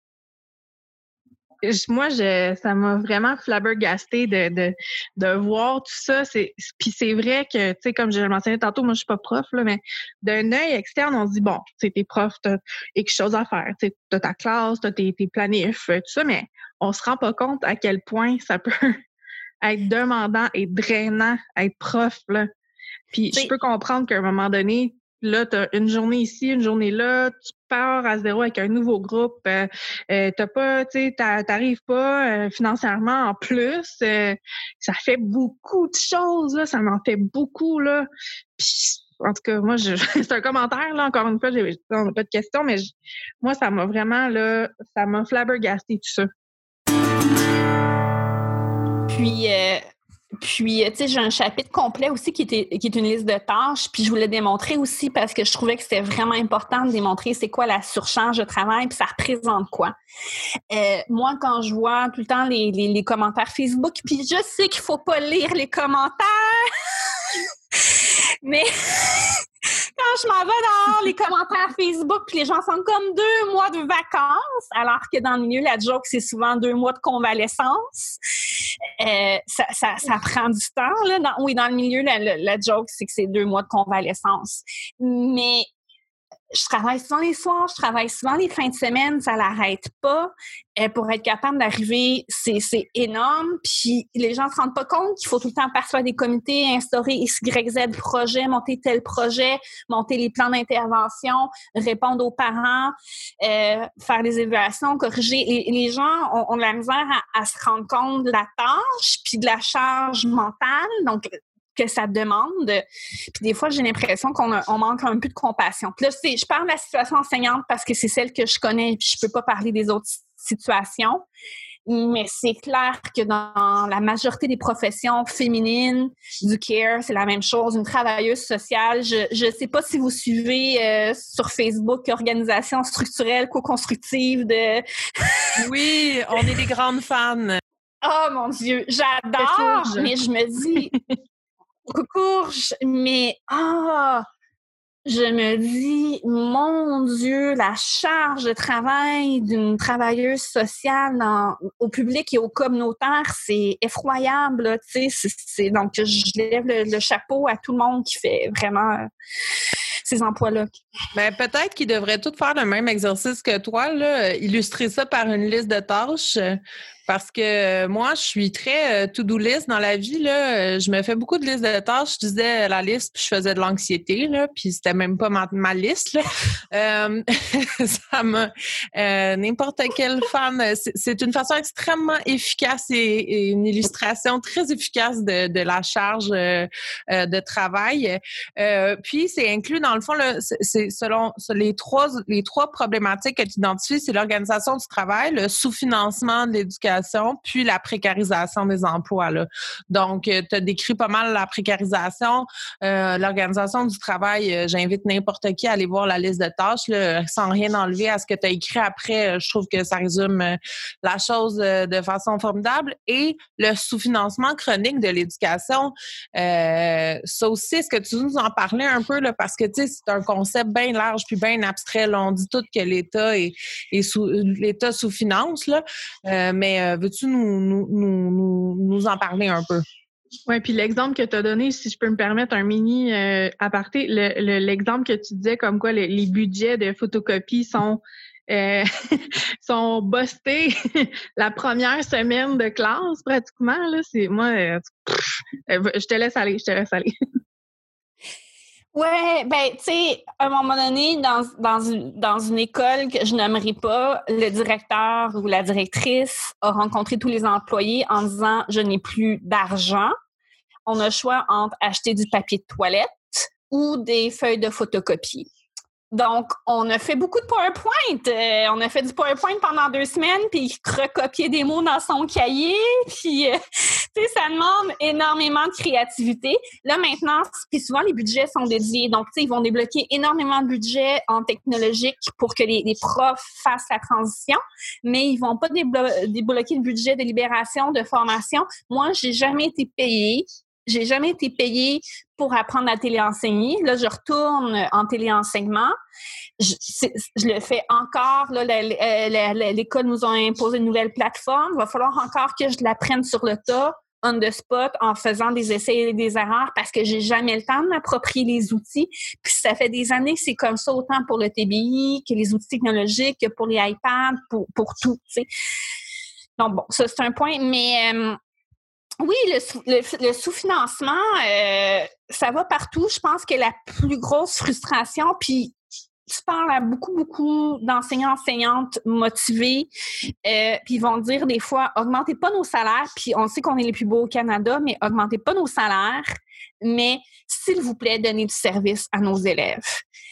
Moi, je, ça m'a vraiment flabbergasté de, de, de voir tout ça. C'est, puis c'est vrai que, tu sais, comme je le mentionnais tantôt, moi, je suis pas prof, là, mais d'un œil externe, on se dit, bon, tu sais, t'es prof, t'as quelque chose à faire. Tu sais, t'as ta classe, t'as tes, tes planifs, tout ça, mais on se rend pas compte à quel point ça peut être demandant et drainant être prof, là. Puis je peux comprendre qu'à un moment donné, là, tu as une journée ici, une journée là, tu pars à zéro avec un nouveau groupe, euh, euh, t'as pas, tu sais, t'arrives pas euh, financièrement en plus. Euh, ça fait beaucoup de choses, là, ça m'en fait beaucoup, là. Puis, en tout cas, moi, je, c'est un commentaire, là, encore une fois, j'ai, on n'a pas de questions, mais je, moi, ça m'a vraiment, là, ça m'a flabbergasté tout ça. Puis, euh... Puis, tu sais, j'ai un chapitre complet aussi qui, était, qui est une liste de tâches. Puis, je voulais démontrer aussi parce que je trouvais que c'était vraiment important de démontrer c'est quoi la surcharge de travail puis ça représente quoi. Euh, moi, quand je vois tout le temps les, les, les commentaires Facebook, puis je sais qu'il faut pas lire les commentaires, mais quand je m'en vais dans les commentaires Facebook, puis les gens sont comme deux mois de vacances, alors que dans le milieu, la joke, c'est souvent deux mois de convalescence. Euh, ça, ça, ça prend du temps, là. Dans, oui, dans le milieu, la, la, la joke, c'est que c'est deux mois de convalescence. Mais je travaille souvent les soirs, je travaille souvent les fins de semaine, ça l'arrête pas. Euh, pour être capable d'arriver, c'est, c'est énorme. Puis les gens se rendent pas compte qu'il faut tout le temps participer à des comités, instaurer X, Y, Z projet, monter tel projet, monter les plans d'intervention, répondre aux parents, euh, faire des évaluations, corriger. Les, les gens ont, ont de la misère à, à se rendre compte de la tâche puis de la charge mentale. Donc, que ça demande. Puis des fois, j'ai l'impression qu'on a, on manque un peu de compassion. Puis là, c'est, je parle de la situation enseignante parce que c'est celle que je connais puis je peux pas parler des autres situations. Mais c'est clair que dans la majorité des professions féminines, du care, c'est la même chose. Une travailleuse sociale, je je sais pas si vous suivez euh, sur Facebook Organisation structurelle co-constructive de... Oui, on est des grandes fans. Oh mon Dieu, j'adore, mais je me dis... Coucou, mais ah, oh, je me dis, mon Dieu, la charge de travail d'une travailleuse sociale dans, au public et au communautaire, c'est effroyable, tu sais. C'est, c'est, donc, je lève le, le chapeau à tout le monde qui fait vraiment euh, ces emplois-là. Ben, peut-être qu'ils devraient tous faire le même exercice que toi, là, illustrer ça par une liste de tâches. Parce que moi, je suis très euh, to-do list dans la vie, là. Je me fais beaucoup de listes de tâches. Je disais la liste, puis je faisais de l'anxiété, là, puis c'était même pas ma, ma liste, là. Euh, ça m'a... Euh, n'importe quelle femme... C'est, c'est une façon extrêmement efficace et, et une illustration très efficace de, de la charge euh, euh, de travail. Euh, puis, c'est inclus, dans le fond, là, c'est, c'est selon les trois, les trois problématiques que tu identifies, c'est l'organisation du travail, le sous-financement de l'éducation, puis la précarisation des emplois, là. Donc, tu as décrit pas mal la précarisation, euh, l'organisation du travail. Euh, j'invite n'importe qui à aller voir la liste de tâches, là, sans rien enlever à ce que tu as écrit après. Je trouve que ça résume euh, la chose euh, de façon formidable. Et le sous-financement chronique de l'éducation, euh, ça aussi, est-ce que tu nous en parlais un peu, là, parce que, tu tu sais, c'est un concept bien large puis bien abstrait. Là. On dit tout que l'État est, est sous l'État sous-finance, là. Euh, mais euh, veux-tu nous, nous, nous, nous en parler un peu? Oui, puis l'exemple que tu as donné, si je peux me permettre un mini euh, aparté, le, le, l'exemple que tu disais comme quoi le, les budgets de photocopie sont euh, sont bustés la première semaine de classe pratiquement. Là, c'est moi, euh, pff, je te laisse aller, je te laisse aller. Ouais, ben, tu sais, à un moment donné, dans, dans, une, dans une école que je n'aimerais pas, le directeur ou la directrice a rencontré tous les employés en disant « je n'ai plus d'argent ». On a le choix entre acheter du papier de toilette ou des feuilles de photocopie. Donc, on a fait beaucoup de PowerPoint. Euh, on a fait du PowerPoint pendant deux semaines, puis recopier des mots dans son cahier. Puis, euh, tu sais, ça demande énormément de créativité. Là, maintenant, puis souvent, les budgets sont dédiés. Donc, tu sais, ils vont débloquer énormément de budget en technologique pour que les, les profs fassent la transition, mais ils vont pas déblo- débloquer le budget de libération, de formation. Moi, j'ai jamais été payée. J'ai jamais été payée pour apprendre à téléenseigner. Là, je retourne en téléenseignement. Je, je le fais encore. Là, la, la, la, l'école nous a imposé une nouvelle plateforme. Il va falloir encore que je l'apprenne sur le tas, on the spot, en faisant des essais et des erreurs parce que j'ai jamais le temps de m'approprier les outils. Puis ça fait des années que c'est comme ça, autant pour le T B I que les outils technologiques, que pour les iPads, pour, pour tout, tu sais. Donc, bon, ça, c'est un point. Mais... Euh, Oui, le, le, le sous-financement, euh, ça va partout. Je pense que la plus grosse frustration, puis tu parles à beaucoup, beaucoup d'enseignants, enseignantes motivés, euh, puis ils vont dire des fois, augmentez pas nos salaires, puis on sait qu'on est les plus beaux au Canada, mais augmentez pas nos salaires, mais s'il vous plaît, donnez du service à nos élèves.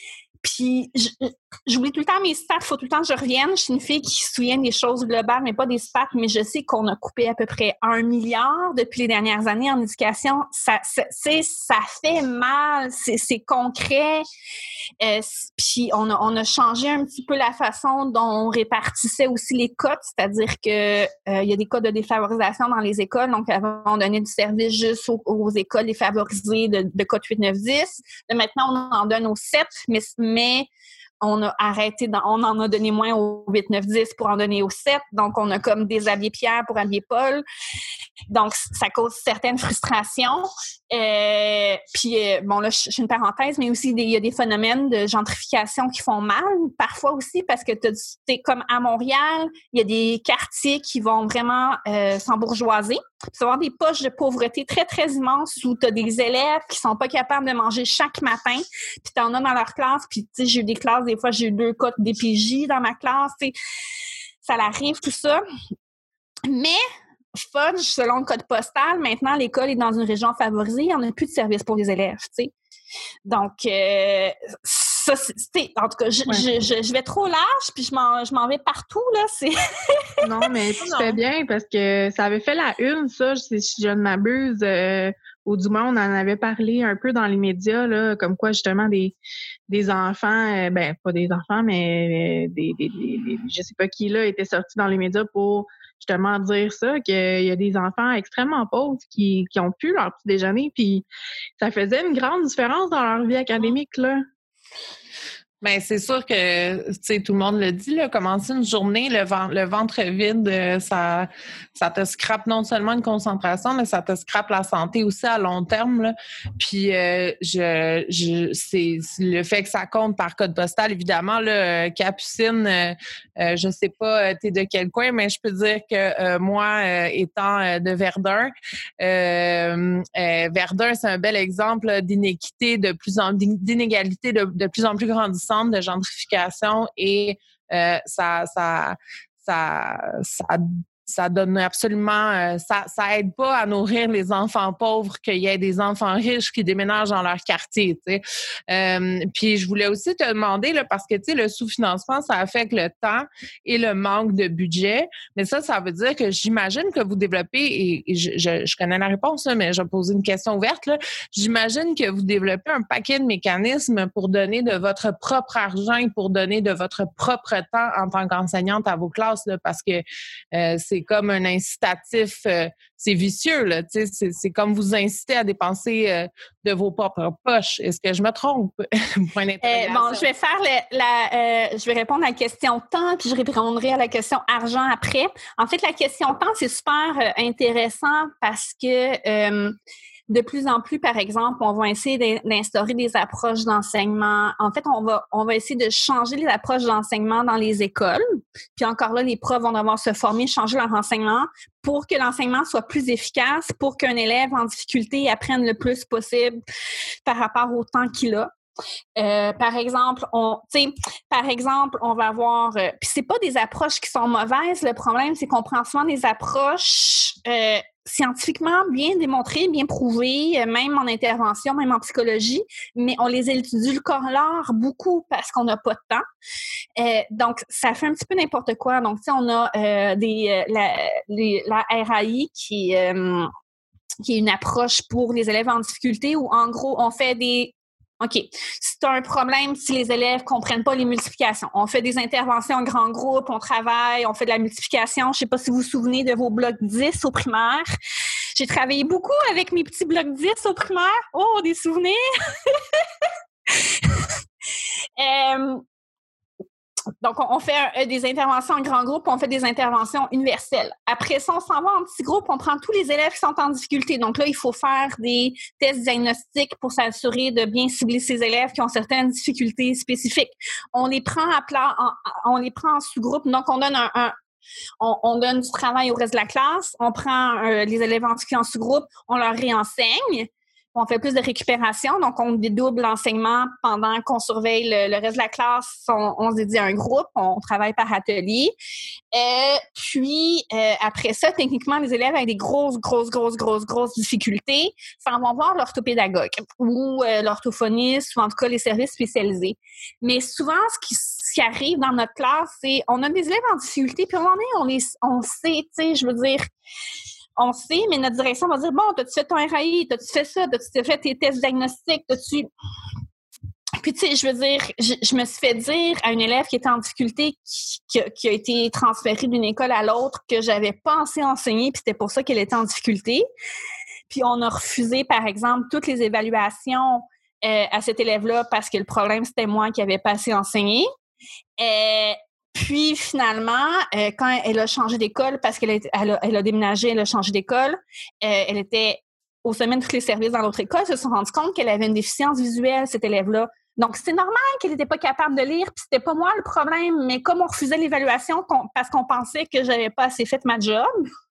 Puis, j'oublie tout le temps mes stats. Il faut tout le temps que je revienne. Je suis une fille qui se souvient des choses globales, mais pas des stats. Mais je sais qu'on a coupé à peu près un milliard depuis les dernières années en éducation. Ça, ça, ça fait mal. C'est, c'est concret. Euh, puis, on a, on a changé un petit peu la façon dont on répartissait aussi les cotes. C'est-à-dire que euh, il y a des cotes de défavorisation dans les écoles. Donc, avant, on donnait du service juste aux, aux écoles défavorisées de, de cote huit, neuf, dix. Là, maintenant, on en donne aux sept, mais mais on a arrêté, dans, on en a donné moins au huit, neuf, dix pour en donner au sept. Donc, on a comme déshabillé Pierre pour habiller Paul. Donc, ça cause certaines frustrations. Euh, puis, euh, bon, là, je fais une parenthèse, mais aussi, il y a des phénomènes de gentrification qui font mal, parfois aussi, parce que tu sais, comme à Montréal, il y a des quartiers qui vont vraiment euh, s'embourgeoiser. Tu vas avoir des poches de pauvreté très, très immenses où tu as des élèves qui sont pas capables de manger chaque matin, puis tu en as dans leur classe, puis tu sais, j'ai eu des classes, des fois, j'ai eu deux cas de D P J dans ma classe, tu sais, ça l'arrive, tout ça. Mais fudge, selon le code postal, maintenant, l'école est dans une région favorisée, il n'y en a plus de service pour les élèves, tu sais. Donc, euh, ça, c'est, en tout cas, je, ouais. je, je, je vais trop large, puis je m'en, je m'en vais partout, là. C'est... non, mais tu fais bien, parce que ça avait fait la une, ça, si je ne m'abuse, euh, ou du moins, on en avait parlé un peu dans les médias, là, comme quoi, justement, des, des enfants, euh, ben, pas des enfants, mais euh, des, des, des, des, je sais pas qui, là, étaient sortis dans les médias pour justement dire ça, qu'il y a des enfants extrêmement pauvres qui, qui ont pu leur petit déjeuner, puis ça faisait une grande différence dans leur vie académique, là. Bien, c'est sûr que, tu sais, tout le monde le dit, là, commencer une journée, le, vent, le ventre vide, ça, ça te scrape non seulement une concentration, mais ça te scrape la santé aussi à long terme, là. Puis, euh, je, je, c'est le fait que ça compte par code postal, évidemment, là, Capucine, euh, euh, je sais pas, t'es de quel coin, mais je peux dire que euh, moi, euh, étant euh, de Verdun, euh, euh, Verdun, c'est un bel exemple d'inéquité, de plus en, d'inégalité de, de plus en plus grandissante, de gentrification et euh, ça, ça, ça, ça, ça donne absolument, euh, ça, ça aide pas à nourrir les enfants pauvres qu'il y ait des enfants riches qui déménagent dans leur quartier, tu sais. Euh, puis je voulais aussi te demander, là, parce que, tu sais, le sous-financement, ça affecte le temps et le manque de budget, mais ça, ça veut dire que j'imagine que vous développez, et, et je, je, je connais la réponse, là, mais je vais poser une question ouverte, là. J'imagine que vous développez un paquet de mécanismes pour donner de votre propre argent et pour donner de votre propre temps en tant qu'enseignante à vos classes, là, parce que euh, c'est c'est comme un incitatif, euh, c'est vicieux, là, tu sais, c'est, c'est comme vous inciter à dépenser euh, de vos propres poches. Est-ce que je me trompe? Point d'interrogation. Euh, bon, je vais faire le, la, euh, je vais répondre à la question temps, puis je répondrai à la question argent après. En fait, la question temps, c'est super euh, intéressant parce que euh, de plus en plus, par exemple, on va essayer d'instaurer des approches d'enseignement. En fait, on va, on va essayer de changer les approches d'enseignement dans les écoles. Puis encore là, les profs vont devoir se former, changer leur enseignement pour que l'enseignement soit plus efficace, pour qu'un élève en difficulté apprenne le plus possible par rapport au temps qu'il a. Euh, par exemple, on, tu sais, par exemple, on va avoir, euh, puis c'est pas des approches qui sont mauvaises. Le problème, c'est qu'on prend souvent des approches euh, scientifiquement bien démontrées, bien prouvées, euh, même en intervention, même en psychologie, mais on les édulcore beaucoup parce qu'on n'a pas de temps. Euh, donc, ça fait un petit peu n'importe quoi. Donc, tu sais, on a euh, des euh, la, les, la R A I qui euh, qui est une approche pour les élèves en difficulté où, en gros, on fait des OK, si tu as un problème, si les élèves comprennent pas les multiplications, on fait des interventions en grand groupe, on travaille, on fait de la multiplication. Je sais pas si vous vous souvenez de vos blocs dix au primaire. J'ai travaillé beaucoup avec mes petits blocs dix au primaire. Oh, des souvenirs! euh, Donc, on fait euh, des interventions en grand groupe, on fait des interventions universelles. Après ça, on s'en va en petit groupe, on prend tous les élèves qui sont en difficulté. Donc là, il faut faire des tests diagnostiques pour s'assurer de bien cibler ces élèves qui ont certaines difficultés spécifiques. On les prend à plat, en, on les prend en sous-groupe. Donc, on donne un, un on, on donne du travail au reste de la classe. On prend euh, les élèves en, en sous-groupe, on leur réenseigne. On fait plus de récupération, donc on dédouble l'enseignement pendant qu'on surveille le, le reste de la classe. On, on se dédie à un groupe, on travaille par atelier. Euh, puis, euh, après ça, techniquement, les élèves avec des grosses, grosses, grosses, grosses, grosses difficultés s'en vont voir l'orthopédagogue ou euh, l'orthophoniste ou en tout cas les services spécialisés. Mais souvent, ce qui, ce qui arrive dans notre classe, c'est on a des élèves en difficulté, puis on en est, on, les, on sait, tu sais, je veux dire... On sait, mais notre direction va dire, bon, t'as-tu fait ton R A I, t'as-tu fait ça, t'as-tu fait tes tests diagnostiques, t'as-tu... Puis, tu sais, je veux dire, je, je me suis fait dire à une élève qui était en difficulté, qui, qui, a, qui a été transférée d'une école à l'autre, que j'avais pas assez enseigné, puis c'était pour ça qu'elle était en difficulté. Puis, on a refusé, par exemple, toutes les évaluations euh, à cet élève-là parce que le problème, c'était moi qui n'avais pas assez enseigné. Euh, Puis, finalement, euh, quand elle a changé d'école, parce qu'elle a, elle a, elle a déménagé, elle a changé d'école, euh, elle était au sommet de tous les services dans l'autre école, ils se sont rendus compte qu'elle avait une déficience visuelle, cette élève-là. Donc, c'est normal qu'elle n'était pas capable de lire, puis c'était pas moi le problème, mais comme on refusait l'évaluation qu'on, parce qu'on pensait que j'avais pas assez fait ma job.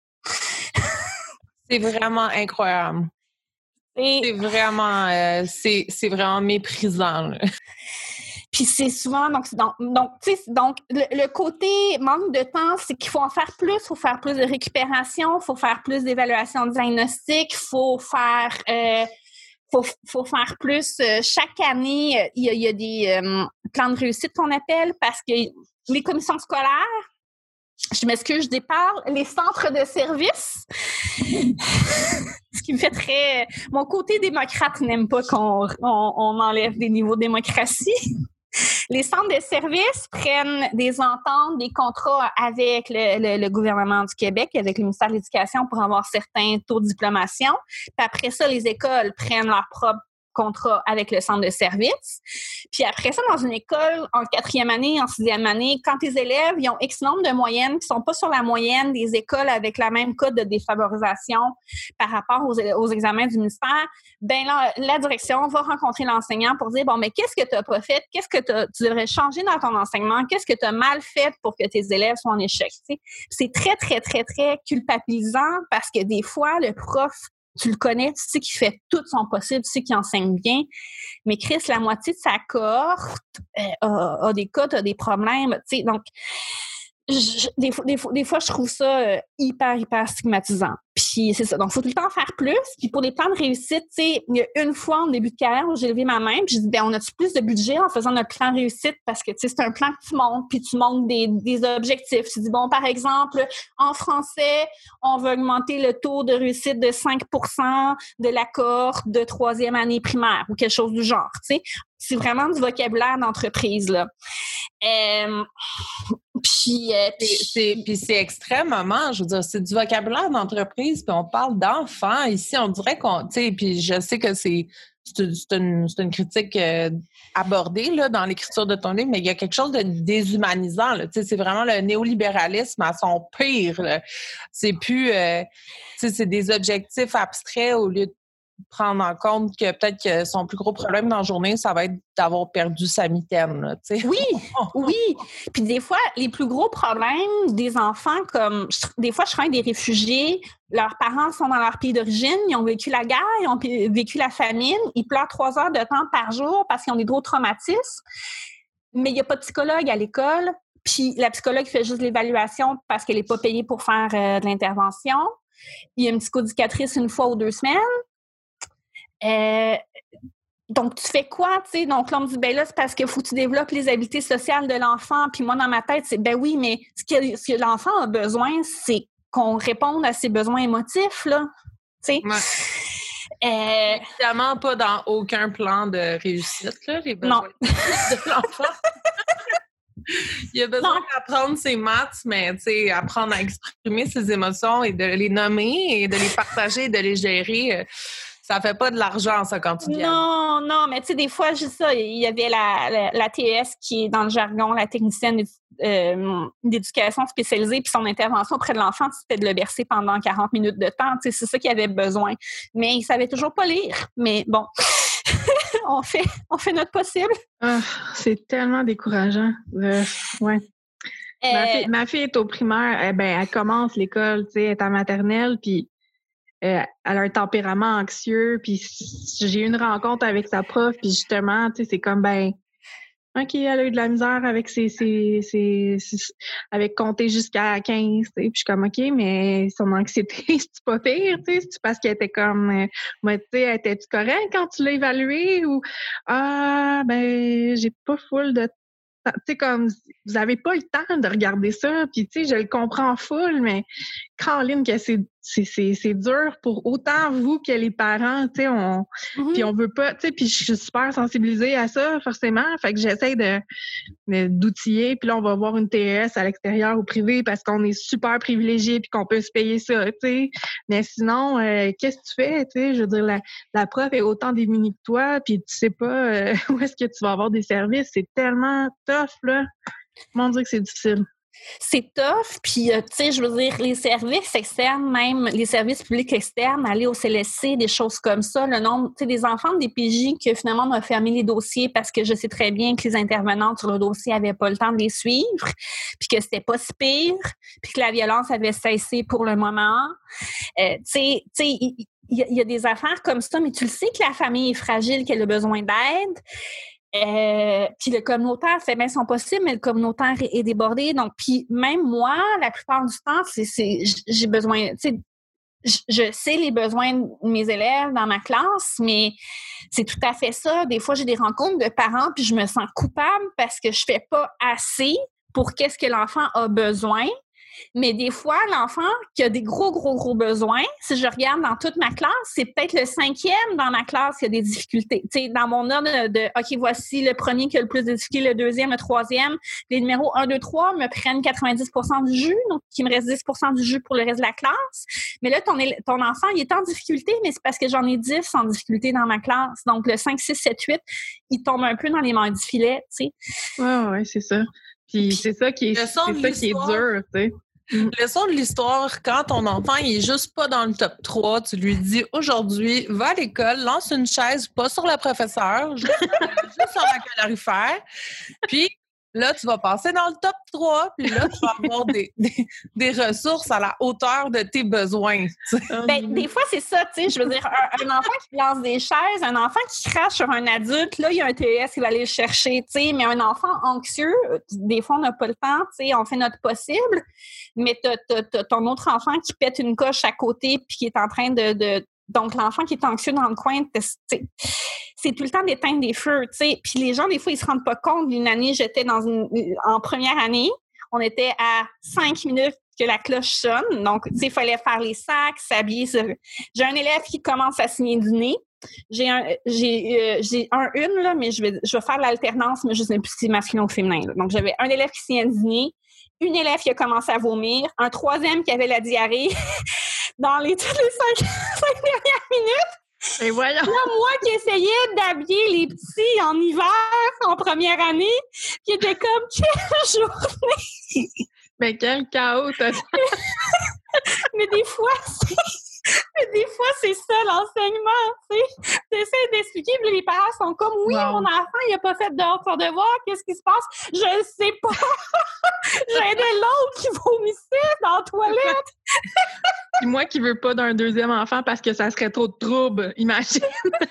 C'est vraiment incroyable. Et... C'est vraiment, euh, c'est, c'est vraiment méprisant, là. Puis c'est souvent, donc, donc, donc tu sais, donc, le, le côté manque de temps, c'est qu'il faut en faire plus, il faut faire plus de récupération, il faut faire plus d'évaluation diagnostique, il faut faire, euh, faut, faut faire plus, euh, chaque année, il y a, il y a des euh, plans de réussite qu'on appelle parce que les commissions scolaires, je m'excuse, je déparle, les centres de services, ce qui me fait très... Mon côté démocrate n'aime pas qu'on on, on enlève des niveaux de démocratie. Les centres de services prennent des ententes, des contrats avec le, le, le gouvernement du Québec, avec le ministère de l'Éducation pour avoir certains taux de diplomation. Puis après ça, les écoles prennent leur propre contrat avec le centre de service. Puis après ça, dans une école, en quatrième année, en sixième année, quand tes élèves ils ont X nombre de moyennes qui sont pas sur la moyenne des écoles avec la même code de défavorisation par rapport aux, aux examens du ministère, ben là, la direction va rencontrer l'enseignant pour dire, bon, mais qu'est-ce que tu n'as pas fait? Qu'est-ce que tu devrais changer dans ton enseignement? Qu'est-ce que tu as mal fait pour que tes élèves soient en échec? Tu sais? C'est très, très, très, très culpabilisant parce que des fois, le prof tu le connais, tu sais qu'il fait tout son possible, tu sais qu'il enseigne bien. Mais Chris, la moitié de sa cohorte euh, a, a des cas, a des problèmes. Tu sais, donc, je, des, des, des fois, je trouve ça euh, hyper, hyper stigmatisant. Puis c'est ça. Donc, il faut tout le temps faire plus. Puis pour les plans de réussite, tu sais, il y a une fois en début de carrière où j'ai levé ma main, puis j'ai dit, ben on a-tu plus de budget en faisant notre plan de réussite? Parce que, tu sais, c'est un plan que tu montes, puis tu montes des, des objectifs. Tu dis, bon, par exemple, en français, on va augmenter le taux de réussite de cinq pour cent de la cohorte de troisième année primaire ou quelque chose du genre, tu sais. C'est vraiment du vocabulaire d'entreprise, là. Euh, Puis, euh, puis c'est, puis c'est extrêmement, je veux dire, c'est du vocabulaire d'entreprise, puis on parle d'enfants. Ici, on dirait qu'on, tu sais, puis je sais que c'est, c'est, c'est, une, c'est une critique euh, abordée là, dans l'écriture de ton livre, mais il y a quelque chose de déshumanisant. Là, tu sais, c'est vraiment le néolibéralisme à son pire. Là. C'est plus, euh, tu sais, c'est des objectifs abstraits au lieu de prendre en compte que peut-être que son plus gros problème dans la journée, ça va être d'avoir perdu sa mitaine. Là, tu sais. Oui, oui. Puis des fois, les plus gros problèmes des enfants, comme je, des fois, je travaille avec des réfugiés, leurs parents sont dans leur pays d'origine, ils ont vécu la guerre, ils ont vécu la famine, ils pleurent trois heures de temps par jour parce qu'ils ont des gros traumatismes, mais il n'y a pas de psychologue à l'école, puis la psychologue fait juste l'évaluation parce qu'elle n'est pas payée pour faire euh, de l'intervention. Il y a une psychoéducatrice une fois ou deux semaines. Euh, donc, tu fais quoi, tu sais? Donc, là, on me dit, ben là, c'est parce qu'il faut que tu développes les habiletés sociales de l'enfant. Puis moi, dans ma tête, c'est, ben oui, mais ce que, ce que l'enfant a besoin, c'est qu'on réponde à ses besoins émotifs, là, tu sais? Ouais. Euh, Évidemment, pas dans aucun plan de réussite, là, les besoins de l'enfant. Il a besoin non. d'apprendre ses maths, mais tu sais, apprendre à exprimer ses émotions et de les nommer et de les partager et de les gérer. Ça fait pas de l'argent, ça, quand tu viens. Non, non, mais tu sais, des fois, juste ça, il y avait la, la, la T E S qui est dans le jargon, la technicienne euh, d'éducation spécialisée, puis son intervention auprès de l'enfant, c'était de le bercer pendant quarante minutes de temps. Tu sais, c'est ça qu'il avait besoin. Mais il savait toujours pas lire. Mais bon, on fait, on fait notre possible. Ah, c'est tellement décourageant. Euh, ouais. Euh... Ma, fille, ma fille est au primaire, eh ben, elle commence l'école, tu sais, elle est en maternelle, puis Euh, elle a un tempérament anxieux, puis j'ai eu une rencontre avec sa prof, puis justement, tu sais, c'est comme, ben, OK, elle a eu de la misère avec ses, ses, ses, ses avec compter jusqu'à quinze, tu sais, puis je suis comme, OK, mais son anxiété, c'est pas pire, tu sais, c'est parce qu'elle était comme, euh, ben, tu sais, était-tu correct quand tu l'as évalué, ou, ah, ben, j'ai pas full de tu sais, comme, vous avez pas le temps de regarder ça, puis tu sais, je le comprends full, mais Caroline, que c'est, c'est, c'est, c'est dur pour autant vous que les parents, tu sais, on, mm-hmm. puis on veut pas, tu sais, puis je suis super sensibilisée à ça, forcément, fait que j'essaie de, de d'outiller, puis là, on va voir une T E S à l'extérieur ou privé parce qu'on est super privilégié puis qu'on peut se payer ça, tu sais, mais sinon, euh, qu'est-ce que tu fais, tu sais, je veux dire, la, la prof est autant démunie que toi, puis tu sais pas euh, où est-ce que tu vas avoir des services, c'est tellement tough, là, comment dire que c'est difficile. C'est tough, puis euh, tu sais, je veux dire, les services externes, même les services publics externes, aller au C L S C, des choses comme ça, le nombre, tu sais, des enfants de D P J que finalement on a fermé les dossiers parce que je sais très bien que les intervenantes sur le dossier n'avaient pas le temps de les suivre, puis que c'était pas si pire, puis que la violence avait cessé pour le moment. Euh, tu sais, tu sais, il y, y, y a des affaires comme ça, mais tu le sais que la famille est fragile, qu'elle a besoin d'aide. Euh, puis le communautaire fait bien son possible, mais le communautaire est, est débordé. Donc, puis même moi, la plupart du temps, c'est, c'est j'ai besoin, tu sais, je, je sais les besoins de mes élèves dans ma classe, mais c'est tout à fait ça. Des fois, j'ai des rencontres de parents, puis je me sens coupable parce que je fais pas assez pour qu'est-ce que l'enfant a besoin. Mais des fois, l'enfant qui a des gros, gros, gros besoins, si je regarde dans toute ma classe, c'est peut-être le cinquième dans ma classe qui a des difficultés. Tu sais, dans mon ordre de, OK, voici le premier qui a le plus de difficultés, le deuxième, le troisième. Les numéros un, deux, trois me prennent quatre-vingt-dix pour cent du jus, donc il me reste dix pour cent du jus pour le reste de la classe. Mais là, ton, ton enfant, il est en difficulté, mais c'est parce que j'en ai dix en difficulté dans ma classe. Donc, le cinq, six, sept, huit, il tombe un peu dans les mailles du filet, tu sais. Oui, oui, c'est ça. Puis, Puis c'est ça qui est, c'est ça qui est dur, tu sais. Le son de l'histoire, quand ton enfant il est juste pas dans le top trois, tu lui dis aujourd'hui, va à l'école, lance une chaise, pas sur le professeur, juste, juste sur la calorifère, puis là, tu vas passer dans le top trois, puis là, tu vas avoir des, des, des ressources à la hauteur de tes besoins. Ben, des fois, c'est ça, tu sais, je veux dire, un, un enfant qui lance des chaises, un enfant qui crache sur un adulte, là, il y a un T E S qui va aller le chercher, tu sais, mais un enfant anxieux, des fois, on n'a pas le temps, tu sais, on fait notre possible, mais t'as, t'as, t'as ton autre enfant qui pète une coche à côté puis qui est en train de... de donc, l'enfant qui est anxieux dans le coin, c'est tout le temps d'éteindre des feux, tu sais. Puis les gens, des fois, ils se rendent pas compte. Une année, j'étais dans une, en première année, on était à cinq minutes que la cloche sonne. Donc, tu sais, il fallait faire les sacs, s'habiller. J'ai un élève qui commence à signer du nez. J'ai un, j'ai, euh, j'ai un, une, là, mais je vais, je vais faire l'alternance, mais je ne sais plus si c'est masculin ou féminin. Là. Donc, j'avais un élève qui signait du nez, une élève qui a commencé à vomir, un troisième qui avait la diarrhée dans les, toutes les cinq, cinq dernières minutes. Et voyons. Là, moi qui essayais d'habiller les petits en hiver, en première année, qui était comme, quelle journée! Mais quel chaos, t'as Mais des fois, c'est... Mais des fois, c'est ça l'enseignement, tu sais. T'essaies d'expliquer, puis les parents sont comme, oui, wow. Mon enfant, il n'a pas fait de son devoir, qu'est-ce qui se passe? Je ne sais pas. J'aidais l'autre qui vomissait dans la toilette. Puis moi qui veux pas d'un deuxième enfant parce que ça serait trop de trouble, imagine.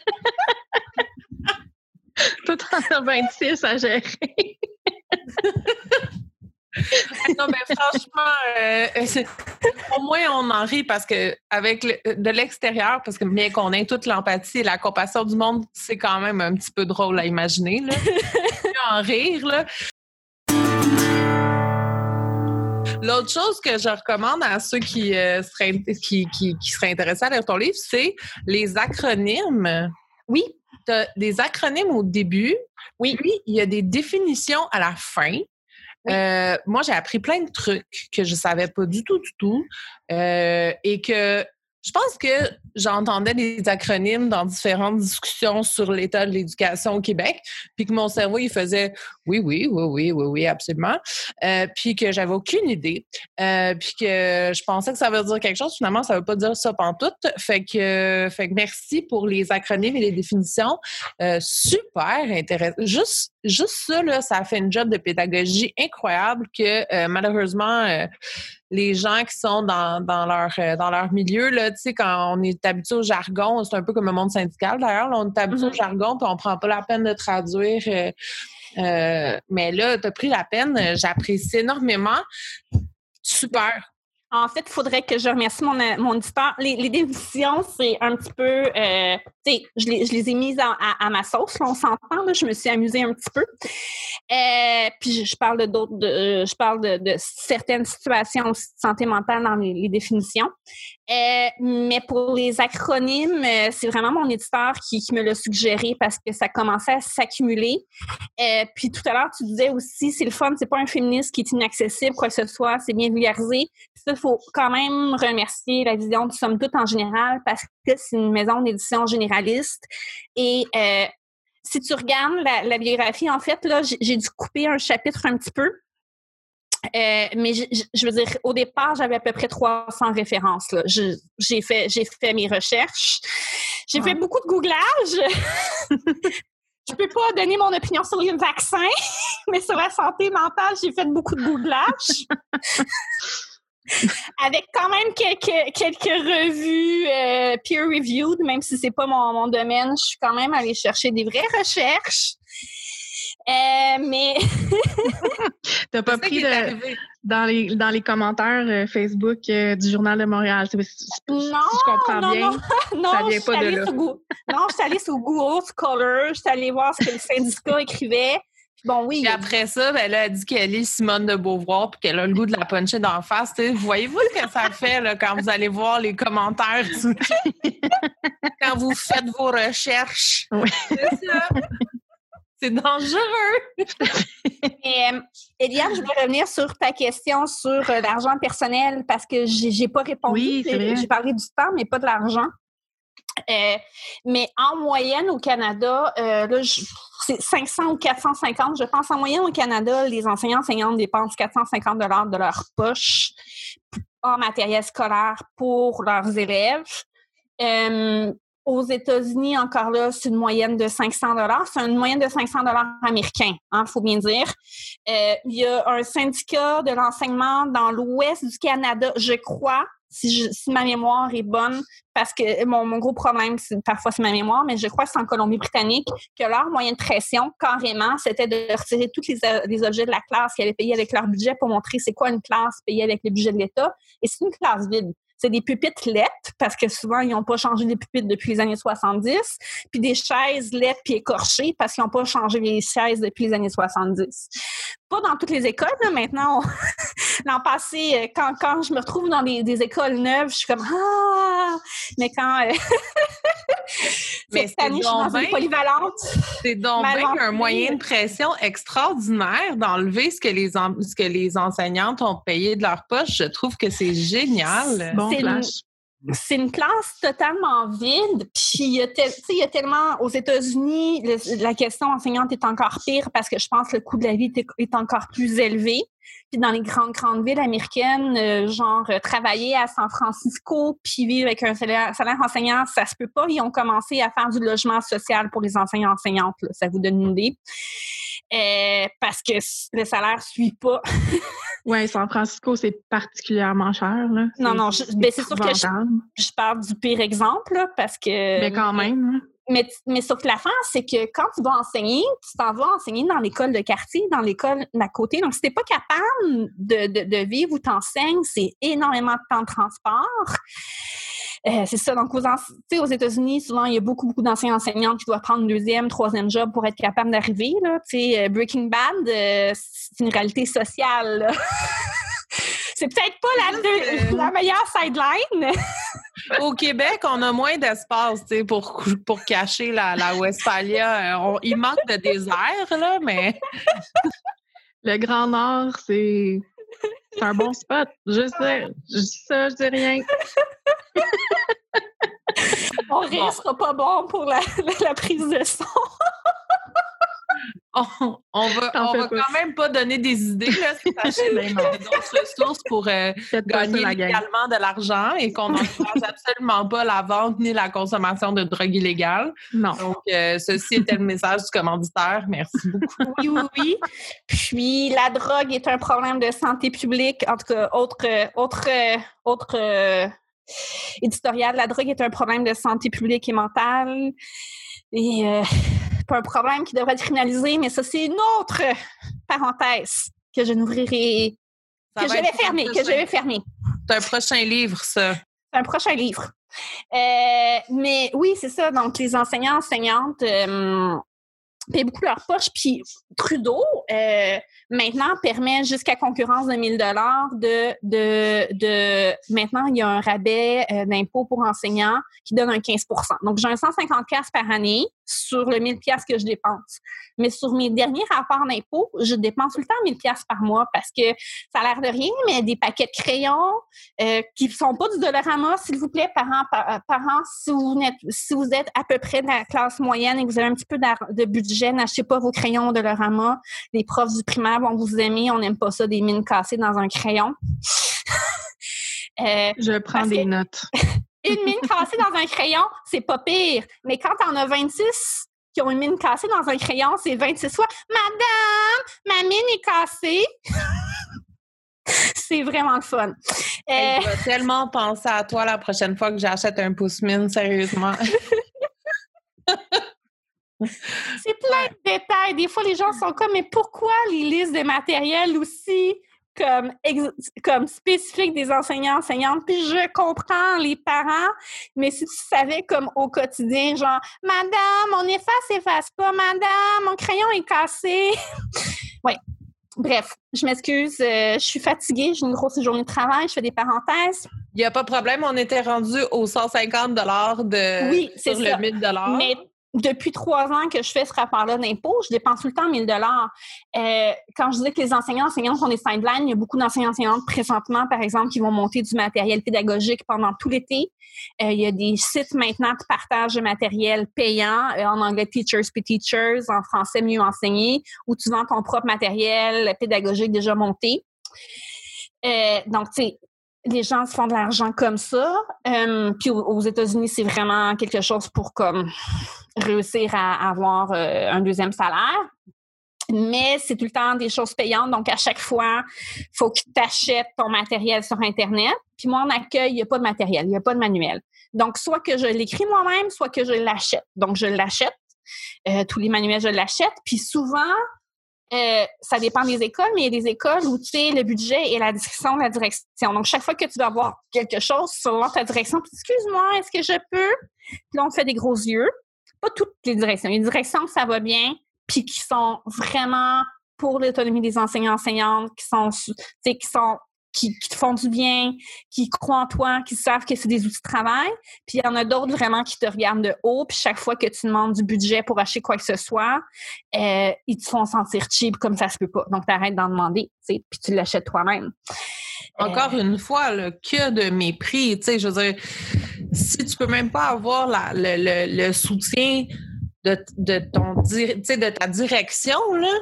Tout en a vingt-six à gérer. Non, mais franchement, euh, au moins on en rit parce que avec le, de l'extérieur, parce que bien qu'on ait toute l'empathie et la compassion du monde, c'est quand même un petit peu drôle à imaginer, là. En rire, là. L'autre chose que je recommande à ceux qui, euh, seraient, qui, qui, qui seraient intéressés à lire ton livre, c'est les acronymes. Oui. Tu as des acronymes au début, oui. Puis il y a des définitions à la fin. Oui. Euh, moi, j'ai appris plein de trucs que je savais pas du tout, du tout. Euh, et que je pense que j'entendais des acronymes dans différentes discussions sur l'état de l'éducation au Québec, puis que mon cerveau, il faisait oui, oui, oui, oui, oui, oui, absolument. Euh, puis que j'avais aucune idée. Euh, puis que je pensais que ça veut dire quelque chose. Finalement, ça veut pas dire ça pantoute. Fait que, fait que merci pour les acronymes et les définitions. Euh, super intéressant. Juste, juste ça, là, ça a fait une job de pédagogie incroyable que euh, malheureusement, euh, les gens qui sont dans, dans, leur, euh, dans leur milieu, là, tu sais, quand on est habitué au jargon, c'est un peu comme le monde syndical d'ailleurs, là, on est habitué mm-hmm. au jargon puis on prend pas la peine de traduire. Euh, euh, mais là, tu as pris la peine, j'apprécie énormément. Super. En fait, il faudrait que je remercie mon, mon éditeur. Les, les définitions, c'est un petit peu... Euh, tu sais, je les, je les ai mises à, à, à ma sauce, là, on s'entend, là, je me suis amusée un petit peu. Euh, puis je, je parle de d'autres... De, je parle de, de certaines situations de santé mentale dans les, les définitions. Euh, mais pour les acronymes, euh, c'est vraiment mon éditeur qui, qui me l'a suggéré parce que ça commençait à s'accumuler. Euh, puis tout à l'heure, tu disais aussi, c'est le fun, c'est pas un féminisme qui est inaccessible, quoi que ce soit, c'est bien vulgarisé. Puis ça, il faut quand même remercier la vision de Somme Toute en général parce que c'est une maison d'édition généraliste. Et euh, si tu regardes la, la biographie, en fait, là, j'ai, j'ai dû couper un chapitre un petit peu. Euh, mais je, je veux dire, au départ, j'avais à peu près trois cents références. Là. Je, j'ai fait, j'ai fait mes recherches. J'ai ouais. fait beaucoup de googlage. Je peux pas donner mon opinion sur les vaccins, mais sur la santé mentale, j'ai fait beaucoup de googlage. Avec quand même quelques, quelques revues euh, peer-reviewed, même si c'est pas mon, mon domaine, je suis quand même allée chercher des vraies recherches. Euh, mais... T'as pas pris de, dans, les, dans les commentaires euh, Facebook euh, du Journal de Montréal. C'est, c'est, non, si je comprends non, bien, non, ça vient pas de là. Go- non, je suis allée sur Google Scholar, je suis allée voir ce que le syndicat écrivait. Bon, oui. Puis après ça, ben là, elle dit qu'elle est Simone de Beauvoir puis qu'elle a le goût de la puncher d'en face. T'sais. Voyez-vous ce que ça fait là, quand vous allez voir les commentaires quand vous faites vos recherches? Oui. C'est ça. C'est dangereux! Et, euh, Eliane, je voulais revenir sur ta question sur euh, l'argent personnel parce que j'ai, j'ai pas répondu. Oui, c'est vrai. J'ai parlé du temps, mais pas de l'argent. Euh, mais en moyenne, au Canada, euh, là, je, c'est cinq cents ou quatre cent cinquante. Je pense en moyenne au Canada, les enseignants enseignantes dépensent quatre cent cinquante dollars de leur poche en matériel scolaire pour leurs élèves. Euh, Aux États-Unis, encore là, c'est une moyenne de cinq cents dollars. C'est une moyenne de cinq cents dollars américains, hein, faut bien dire. Euh, il y a un syndicat de l'enseignement dans l'ouest du Canada, je crois, si, je, si ma mémoire est bonne, parce que mon, mon gros problème, c'est, parfois, c'est ma mémoire, mais je crois que c'est en Colombie-Britannique, que leur moyen de pression, carrément, c'était de retirer tous les, les objets de la classe qu'ils avaient payés avec leur budget pour montrer c'est quoi une classe payée avec le budget de l'État. Et c'est une classe vide. C'est des pupitres lettres, parce que souvent, ils n'ont pas changé les pupitres depuis les années soixante-dix, puis des chaises lettres puis écorchées, parce qu'ils n'ont pas changé les chaises depuis les années soixante-dix. Pas dans toutes les écoles, là, maintenant. On... L'an passé, quand, quand je me retrouve dans des, des écoles neuves, je suis comme « Ah! » Mais quand... Euh... Mais cette année, je suis dans une polyvalente. C'est donc bien un moyen de pression extraordinaire d'enlever ce que les en, ce que les enseignantes ont payé de leur poche. Je trouve que c'est génial. Bon c'est flash. Une, c'est une classe totalement vide. Puis il y a, tel, il y a tellement aux États-Unis, le, la question enseignante est encore pire parce que je pense que le coût de la vie est, est encore plus élevé. Puis dans les grandes, grandes villes américaines, euh, genre euh, travailler à San Francisco puis vivre avec un salaire, salaire enseignant, ça se peut pas. Ils ont commencé à faire du logement social pour les enseignants-enseignantes. Là, ça vous donne une idée. Euh, parce que le salaire suit pas. Oui, San Francisco, c'est particulièrement cher. Là. C'est, non, non, je, c'est, ben, c'est sûr que je, je parle du pire exemple, là, parce que... Mais quand même. Hein. Mais, mais sauf que l'affaire, c'est que quand tu vas enseigner, tu t'en vas enseigner dans l'école de quartier, dans l'école d'à côté. Donc, si t'es pas capable de, de, de vivre où t'enseignes, c'est énormément de temps de transport. Euh, c'est ça. Donc, aux, aux États-Unis, souvent, il y a beaucoup, beaucoup d'enseignants enseignantes qui doivent prendre deuxième, troisième job pour être capables d'arriver. Là. Euh, Breaking Bad, euh, c'est une réalité sociale. Là. C'est peut-être pas la, deux, la meilleure sideline. Au Québec, on a moins d'espace pour, pour cacher la, la Westphalia. On, il manque de désert, là, mais... Le Grand Nord, c'est, c'est un bon spot. Je sais. Je dis ça, je dis rien. Mon rire bon. sera pas bon pour la, la, la prise de son. On, on va, on va quand même pas donner des idées, là, si t'achètes d'autres ressources pour euh, gagner légalement de l'argent et qu'on n'encourage absolument pas la vente ni la consommation de drogue illégale. Non. Donc, euh, ceci était le message du commanditaire. Merci beaucoup. Oui, oui, oui. Puis, la drogue est un problème de santé publique. En tout cas, autre, autre, autre euh, éditorial, la drogue est un problème de santé publique et mentale. Et... Euh, pas un problème qui devrait être criminalisé, mais ça, c'est une autre parenthèse que je n'ouvrirai, que je vais fermer, que je vais fermer. C'est un prochain livre, ça. C'est un prochain livre. Euh, mais oui, c'est ça. Donc, les enseignants, enseignantes euh, payent beaucoup leur poche. Puis Trudeau, euh, maintenant, permet jusqu'à concurrence de mille dollars de, de, de... Maintenant, il y a un rabais euh, d'impôt pour enseignants qui donne un quinze pour cent. Donc, j'ai un cent cinquante dollars par année sur le mille dollars que je dépense. Mais sur mes derniers rapports d'impôt, je dépense tout le temps mille dollars par mois parce que ça a l'air de rien, mais des paquets de crayons euh, qui ne sont pas du Dollarama, s'il vous plaît, parents, par, parents si, vous êtes, si vous êtes à peu près de la classe moyenne et que vous avez un petit peu de budget, n'achetez pas vos crayons Dollarama. Les profs du primaire vont vous aimer. On n'aime pas ça, des mines cassées dans un crayon. euh, je prends des notes. Une mine cassée dans un crayon, c'est pas pire. Mais quand t'en as vingt-six qui ont une mine cassée dans un crayon, c'est vingt-six fois « Madame, ma mine est cassée! » C'est vraiment le fun. Hey, euh... Je vais tellement penser à toi la prochaine fois que j'achète un pouce-mine, sérieusement. C'est plein de détails. Des fois, les gens sont comme « Mais pourquoi les listes de matériel aussi? » Comme, ex- comme spécifique des enseignants, enseignantes. Puis je comprends les parents, mais si tu savais comme au quotidien, genre « Madame, mon efface, efface pas. Madame, mon crayon est cassé. » Oui. Bref, je m'excuse. Euh, je suis fatiguée. J'ai une grosse journée de travail. Je fais des parenthèses. Il n'y a pas de problème. On était rendu aux cent cinquante dollars de, oui, c'est sur ça. le mille dollars. Mais depuis trois ans que je fais ce rapport-là d'impôt, je dépense tout le temps mille dollars. Euh, quand je disais que les enseignants enseignants sont des sidelines, il y a beaucoup d'enseignants enseignantes présentement, par exemple, qui vont monter du matériel pédagogique pendant tout l'été. Euh, il y a des sites maintenant de partage de matériel payant, euh, en anglais Teachers Pay Teachers, en français Mieux enseigner, où tu vends ton propre matériel pédagogique déjà monté. Euh, donc, tu sais, les gens se font de l'argent comme ça. Euh, puis aux, aux États-Unis, c'est vraiment quelque chose pour comme réussir à avoir euh, un deuxième salaire. Mais c'est tout le temps des choses payantes. Donc, à chaque fois, il faut que tu achètes ton matériel sur Internet. Puis moi, en accueil, il n'y a pas de matériel, il n'y a pas de manuel. Donc, soit que je l'écris moi-même, soit que je l'achète. Donc, je l'achète. Euh, tous les manuels, je l'achète. Puis souvent, Euh, ça dépend des écoles, mais il y a des écoles où, tu sais, le budget et la discrétion de la direction. Donc, chaque fois que tu dois avoir quelque chose selon ta direction, puis excuse-moi, est-ce que je peux? Puis là, on fait des gros yeux. Pas toutes les directions. Il y a des directions que ça va bien, puis qui sont vraiment pour l'autonomie des enseignants enseignantes, qui sont, tu sais, qui sont qui, qui te font du bien, qui croient en toi, qui savent que c'est des outils de travail. Puis il y en a d'autres vraiment qui te regardent de haut. Puis chaque fois que tu demandes du budget pour acheter quoi que ce soit, euh, ils te font sentir cheap comme ça se peut pas. Donc, tu arrêtes d'en demander, tu sais, puis tu l'achètes toi-même. Encore euh... une fois, le que de mépris, tu sais, je veux dire, si tu peux même pas avoir la, le, le, le soutien de, de ton, tu sais, de ta direction, là,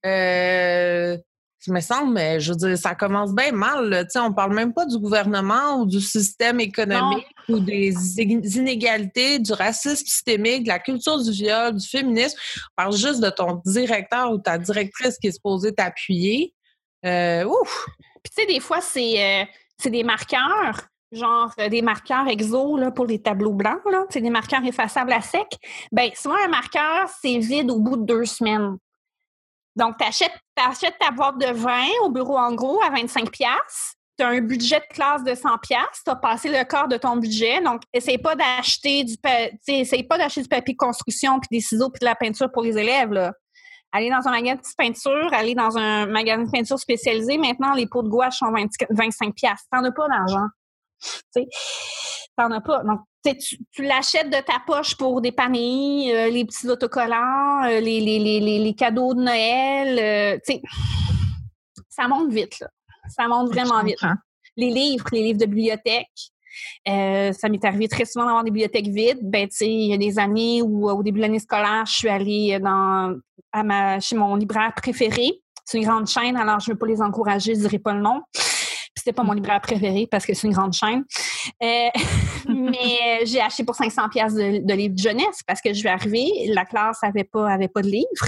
euh, ça me semble, mais je veux dire, ça commence bien mal. Là. Tu sais, on parle même pas du gouvernement ou du système économique non. ou des inégalités, du racisme systémique, de la culture du viol, du féminisme. On parle juste de ton directeur ou ta directrice qui est supposée t'appuyer. Euh, ouf! Puis tu sais, des fois, c'est, euh, c'est des marqueurs, genre euh, des marqueurs exo là, pour les tableaux blancs. Là. C'est des marqueurs effaçables à sec. Bien, souvent, un marqueur, c'est vide au bout de deux semaines. Donc, tu achètes ta boîte de vin au bureau en gros à vingt-cinq dollars. Tu as un budget de classe de cent dollars. Tu as passé le quart de ton budget. Donc, essaye pas d'acheter du, pa- essaye pas d'acheter du papier de construction, puis des ciseaux, puis de la peinture pour les élèves. Là. Aller dans un magasin de peinture, aller dans un magasin de peinture spécialisé. Maintenant, les pots de gouache sont vingt, vingt-cinq dollars. Tu n'en as pas d'argent. Tu n'en as pas. Donc, tu, tu l'achètes de ta poche pour dépanner, euh, les petits autocollants, euh, les, les, les, les, les cadeaux de Noël. Euh, tu sais, ça monte vite, là. Ça monte vraiment vite. Les livres, les livres de bibliothèque. Euh, ça m'est arrivé très souvent d'avoir des bibliothèques vides. Ben, tu sais, il y a des années où, au début de l'année scolaire, je suis allée dans, à ma, chez mon libraire préféré. C'est une grande chaîne, alors je ne veux pas les encourager, je ne dirai pas le nom. Puis c'était pas mon libraire préféré parce que c'est une grande chaîne. Euh, mais j'ai acheté pour cinq cents dollars de, de livres de jeunesse parce que je vais arriver, la classe n'avait pas, avait pas de livres.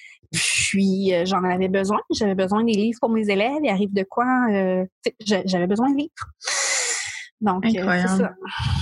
Puis euh, j'en avais besoin. J'avais besoin des livres pour mes élèves. Il arrive de quoi? Euh, j'avais besoin de livres. Donc, euh, c'est ça.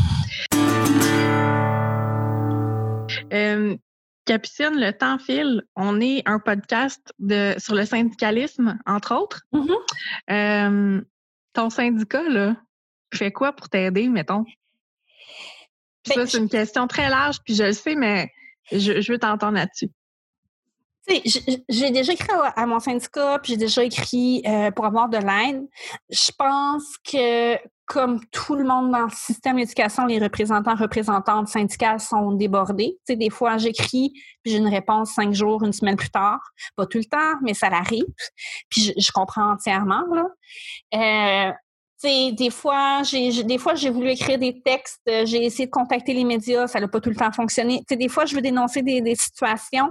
Euh, Capucine, le temps file. On est un podcast de, sur le syndicalisme, entre autres. Mm-hmm. Euh, ton syndicat, là, fait quoi pour t'aider, mettons? Puis ben, ça, c'est je... une question très large, puis je le sais, mais je, je veux t'entendre là-dessus. Tu sais, j'ai déjà écrit à, à mon syndicat, puis j'ai déjà écrit euh, pour avoir de l'aide. Je pense que, comme tout le monde dans le système d'éducation, les représentants, représentantes syndicales sont débordés. Tu sais, des fois, j'écris, puis j'ai une réponse cinq jours, une semaine plus tard. Pas tout le temps, mais ça l'arrive. Puis je, je comprends entièrement, là. Euh, tu sais, des fois, j'ai, j'ai, des fois, j'ai voulu écrire des textes, j'ai essayé de contacter les médias, ça n'a pas tout le temps fonctionné. Tu sais, des fois, je veux dénoncer des, des situations.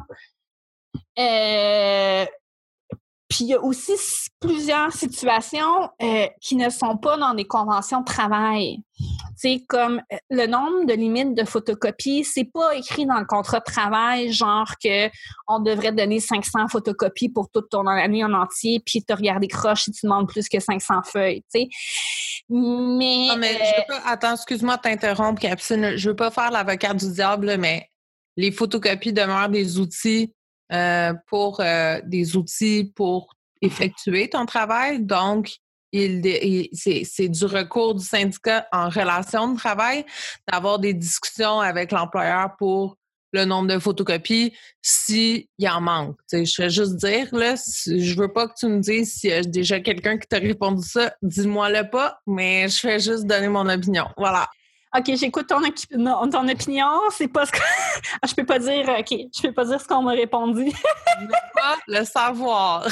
Euh, puis il y a aussi plusieurs situations euh, qui ne sont pas dans des conventions de travail. Tu sais, comme le nombre de limites de photocopies, c'est pas écrit dans le contrat de travail, genre que on devrait donner cinq cents photocopies pour toute ton année en entier, puis tu regardes des croches si tu demandes plus que cinq cents feuilles, tu sais. Mais, non, mais euh, je veux pas, attends, excuse-moi de t'interrompre, Capucine. Je veux pas faire l'avocat du diable, mais les photocopies demeurent des outils Euh, pour euh, des outils pour effectuer ton travail. Donc, il, il, c'est, c'est du recours du syndicat en relation de travail d'avoir des discussions avec l'employeur pour le nombre de photocopies s'il y en manque. Tu sais, je vais juste dire, là, je veux pas que tu me dises s'il y a déjà quelqu'un qui t'a répondu ça, dis-moi-le pas, mais je fais juste donner mon opinion. Voilà. OK, j'écoute ton, non, ton opinion, c'est pas ce que... je peux pas dire, OK, je peux pas dire ce qu'on m'a répondu. Je veux pas le savoir.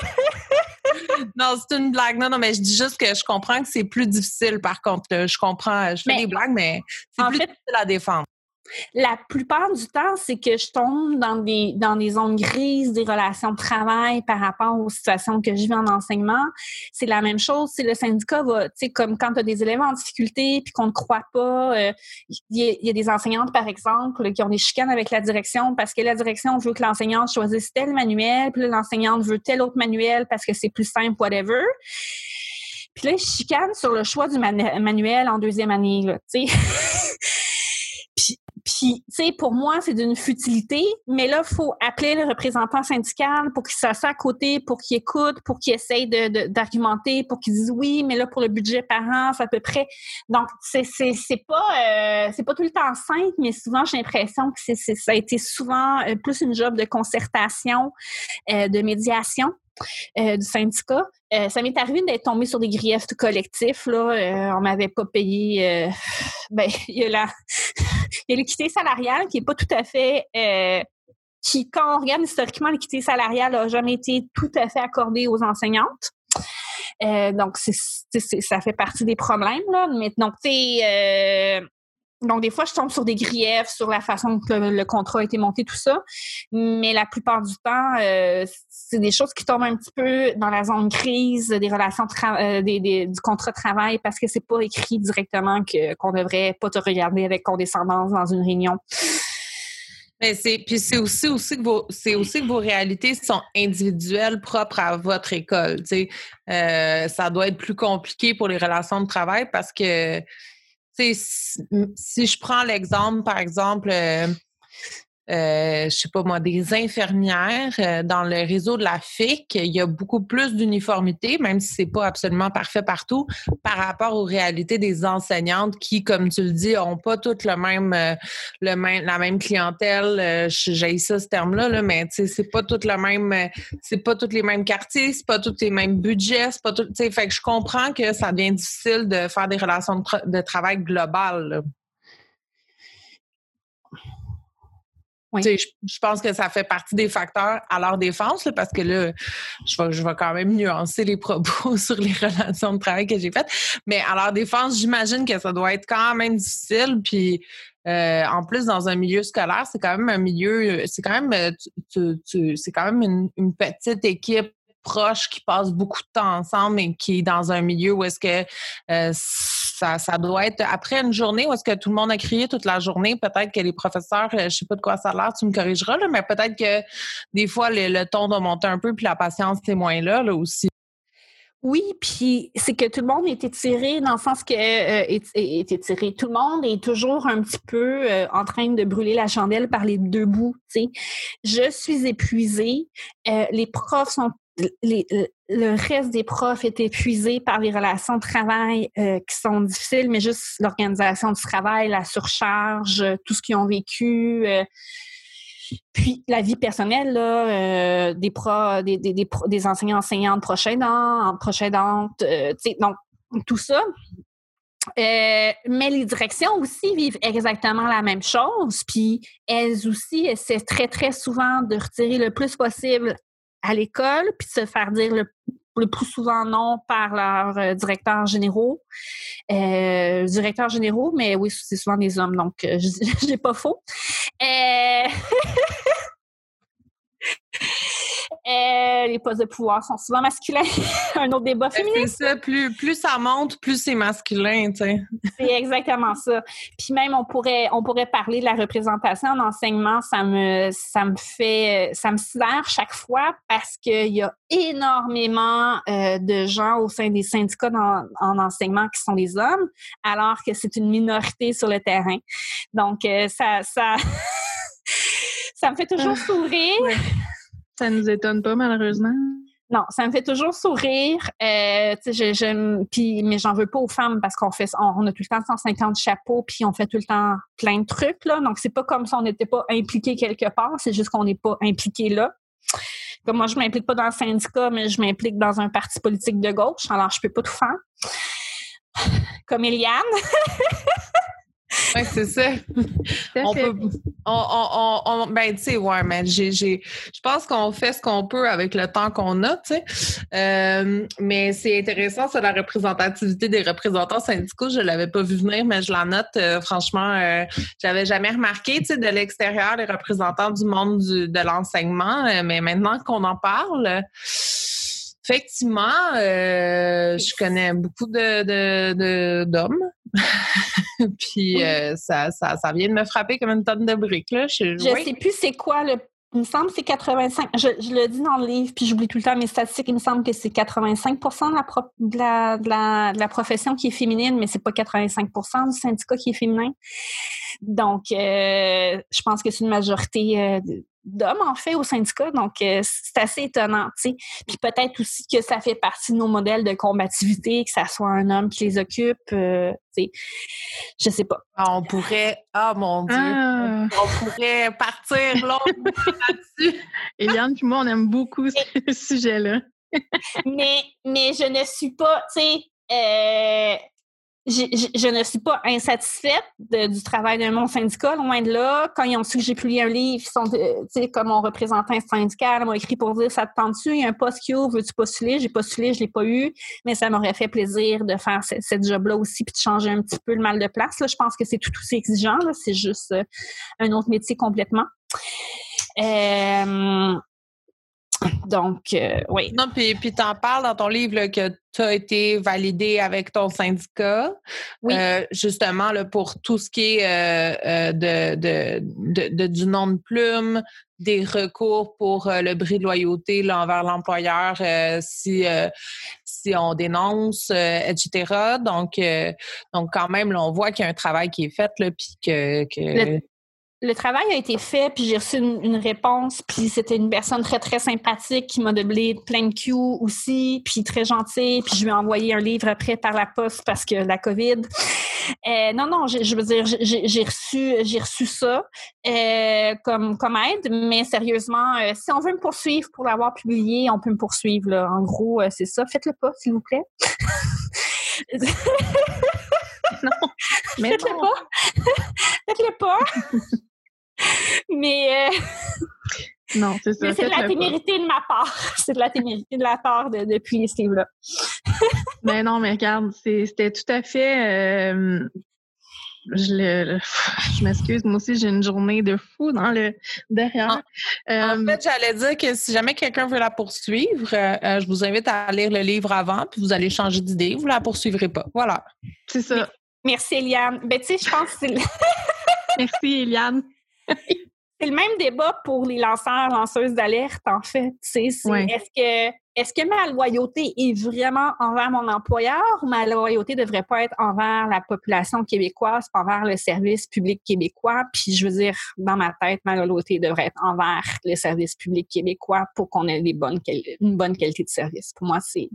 Non, c'est une blague. Non, non, mais je dis juste que je comprends que c'est plus difficile, par contre. Je comprends, je fais mais, des blagues, mais c'est plus fait, difficile à défendre. La plupart du temps, c'est que je tombe dans des, dans des zones grises des relations de travail par rapport aux situations que je vis en enseignement. C'est la même chose. Si le syndicat va, tu sais, comme quand tu as des élèves en difficulté puis qu'on ne croit pas, il euh, y, y a des enseignantes, par exemple, qui ont des chicanes avec la direction parce que la direction veut que l'enseignante choisisse tel manuel, puis là, l'enseignante veut tel autre manuel parce que c'est plus simple, whatever. Puis là, ils chicanent sur le choix du manu- manuel en deuxième année, là, tu sais. Puis, puis, tu sais, pour moi, c'est d'une futilité, mais là, il faut appeler le représentant syndical pour qu'il s'assied à côté, pour qu'il écoute, pour qu'il essaye de, de, d'argumenter, pour qu'il dise oui, mais là, pour le budget par an, c'est à peu près. Donc, c'est, c'est, c'est pas, euh, c'est pas tout le temps simple, mais souvent, j'ai l'impression que c'est, c'est, ça a été souvent euh, plus une job de concertation, euh, de médiation. euh, du syndicat. Euh, ça m'est arrivé d'être tombée sur des griefs collectifs. Là. Euh, on m'avait pas payé. Euh, ben, il y a la, il y a l'équité salariale qui est pas tout à fait. Euh, qui, quand on regarde historiquement, l'équité salariale n'a jamais été tout à fait accordée aux enseignantes. Euh, donc, c'est, c'est, ça fait partie des problèmes, là. Mais donc, tu sais, euh, donc, des fois, je tombe sur des griefs, sur la façon que le, le contrat a été monté, tout ça. Mais la plupart du temps, euh, c'est des choses qui tombent un petit peu dans la zone grise des relations de tra- euh, des, des, du contrat de travail parce que c'est pas écrit directement que, qu'on devrait pas te regarder avec condescendance dans une réunion. Mais c'est puis c'est aussi aussi que vos c'est aussi que vos réalités sont individuelles propres à votre école. Tu sais, euh, ça doit être plus compliqué pour les relations de travail parce que tu sais si, si je prends l'exemple par exemple euh, euh, je sais pas moi, des infirmières euh, dans le réseau de la F I C, il y a beaucoup plus d'uniformité, même si c'est pas absolument parfait partout, par rapport aux réalités des enseignantes qui, comme tu le dis, ont pas toutes le même, euh, le même, la même clientèle. Euh, j'ai ça ce terme-là, là, mais tu sais, c'est pas tout le même, euh, c'est pas tous les mêmes quartiers, c'est pas tous les mêmes budgets, c'est pas tout, tu sais, fait que je comprends que ça devient difficile de faire des relations de, tra- de travail globales, là. Oui. Je, je pense que ça fait partie des facteurs à leur défense, là, parce que là, je vais, je vais quand même nuancer les propos sur les relations de travail que j'ai faites. Mais à leur défense, j'imagine que ça doit être quand même difficile. Puis, euh, en plus, dans un milieu scolaire, c'est quand même un milieu, c'est quand même, tu, tu, tu, c'est quand même une, une petite équipe proche qui passe beaucoup de temps ensemble et qui est dans un milieu où est-ce que euh, ça, ça doit être après une journée où est-ce que tout le monde a crié toute la journée, peut-être que les professeurs, je sais pas de quoi ça a l'air, tu me corrigeras, là, mais peut-être que des fois le, le ton doit monter un peu puis la patience est moins là, là aussi. Oui, puis c'est que tout le monde est étiré dans le sens que euh, est, est étiré. Tout le monde est toujours un petit peu euh, en train de brûler la chandelle par les deux bouts. Tu sais, je suis épuisée. Euh, les profs sont Les, le reste des profs est épuisé par les relations de travail euh, qui sont difficiles, mais juste l'organisation du travail, la surcharge, tout ce qu'ils ont vécu. Euh, puis la vie personnelle, là, euh, des, pro, des, des, des, pro, des enseignants, enseignantes, proches aidants, proches aidantes, euh, tu sais, donc tout ça. Euh, mais les directions aussi vivent exactement la même chose, puis elles aussi essaient très, très souvent de retirer le plus possible à l'école, puis de se faire dire le, le plus souvent non par leurs euh, directeurs généraux. Euh, directeurs généraux, mais oui, c'est souvent des hommes, donc euh, je n'ai pas faux. Euh... Euh, les postes de pouvoir sont souvent masculins. Un autre débat féministe. C'est ça, plus, plus ça monte, plus c'est masculin, tu sais. C'est exactement ça. Puis même, on pourrait, on pourrait parler de la représentation en enseignement. Ça me, ça me fait, ça me sidère chaque fois parce qu'il y a énormément euh, de gens au sein des syndicats dans, en enseignement qui sont des hommes, alors que c'est une minorité sur le terrain. Donc, euh, ça, ça, ça me fait toujours sourire. Ouais. Ça nous étonne pas, malheureusement. Non, ça me fait toujours sourire. Euh, tu sais, je, je, puis, mais j'en veux pas aux femmes parce qu'on fait, on, on a tout le temps cent cinquante chapeaux puis on fait tout le temps plein de trucs, là. Donc, c'est pas comme si on n'était pas impliqué quelque part. C'est juste qu'on n'est pas impliqué là. Comme moi, je m'implique pas dans le syndicat, mais je m'implique dans un parti politique de gauche. Alors, je peux pas tout faire. Comme Eliane. Oui, c'est ça. on peut, on, on, on, ben, tu sais, ouais, mais j'ai, j'ai, je pense qu'on fait ce qu'on peut avec le temps qu'on a, tu sais. Euh, mais c'est intéressant, c'est la représentativité des représentants syndicaux. Je l'avais pas vu venir, mais je la note. Euh, franchement, euh, j'avais jamais remarqué, tu sais, de l'extérieur, les représentants du monde du, de l'enseignement. Euh, mais maintenant qu'on en parle, effectivement, euh, je connais beaucoup de, de, de d'hommes. Puis euh, ça, ça, ça vient de me frapper comme une tonne de briques, là. Je, je oui. sais plus c'est quoi le. Il me semble que c'est quatre-vingt-cinq. Je, je le dis dans le livre, puis j'oublie tout le temps mes statistiques. Il me semble que c'est quatre-vingt-cinq pour cent de la, pro, de la, de la, de la profession qui est féminine, mais c'est pas quatre-vingt-cinq pour cent du syndicat qui est féminin. Donc, euh, je pense que c'est une majorité euh, d'hommes, en fait, au syndicat. Donc, euh, c'est assez étonnant, tu sais. Puis peut-être aussi que ça fait partie de nos modèles de combativité, que ça soit un homme qui les occupe, euh, tu sais. Je sais pas. Ah, on pourrait... Ah, oh, mon Dieu! Ah. On, on pourrait partir longtemps là-dessus. Eliane puis moi, on aime beaucoup ce sujet-là. mais, mais je ne suis pas, tu sais... Euh, Je, je, je ne suis pas insatisfaite de, du travail de mon syndicat, loin de là. Quand ils ont su que j'ai publié un livre, ils sont, tu sais, comme mon représentant syndical, ils m'ont écrit pour dire « Ça te tente-tu? Il y a un poste Q, veux-tu postuler? » J'ai postulé, je ne l'ai pas eu, mais ça m'aurait fait plaisir de faire ce, cette job-là aussi puis de changer un petit peu le mal de place. Là, je pense que c'est tout aussi exigeant. Là, c'est juste euh, un autre métier complètement. Euh, Donc, euh, oui. Non, puis, puis tu en parles dans ton livre là, que tu as été validé avec ton syndicat, oui. euh, justement là, pour tout ce qui est euh, euh, de, de, de, de, du nom de plume, des recours pour euh, le bris de loyauté là, envers l'employeur euh, si, euh, si on dénonce, euh, et cetera. Donc, euh, donc quand même, là, on voit qu'il y a un travail qui est fait, là, puis que... que... Le... Le travail a été fait, puis j'ai reçu une, une réponse, puis c'était une personne très, très sympathique qui m'a donné plein de Q aussi, puis très gentille, puis je lui ai envoyé un livre après par la poste parce que la COVID. Euh, non, non, je, je veux dire, j'ai, j'ai reçu j'ai reçu ça euh, comme, comme aide, mais sérieusement, euh, si on veut me poursuivre pour l'avoir publié, on peut me poursuivre, là. En gros, euh, c'est ça. Faites-le pas, s'il vous plaît. Non, mais Faites-le non. pas. Faites-le pas. Mais, euh, non, c'est ça. mais c'est de la témérité pas. de ma part. C'est de la témérité de la part de, de publier ce livre-là. Mais non, mais regarde, c'est, c'était tout à fait... Euh, je, le, je m'excuse, moi aussi, j'ai une journée de fou dans le derrière. En, euh, en fait, j'allais dire que si jamais quelqu'un veut la poursuivre, euh, je vous invite à lire le livre avant, puis vous allez changer d'idée. Vous la poursuivrez pas. Voilà. C'est ça. Merci, Eliane. Ben, tu sais, je pense que c'est... Merci, Eliane. C'est le même débat pour les lanceurs, lanceuses d'alerte, en fait. C'est, c'est, ouais. est-ce que, est-ce que ma loyauté est vraiment envers mon employeur ou ma loyauté ne devrait pas être envers la population québécoise, envers le service public québécois? Puis, je veux dire, dans ma tête, ma loyauté devrait être envers le service public québécois pour qu'on ait des bonnes, une bonne qualité de service. Pour moi, c'est...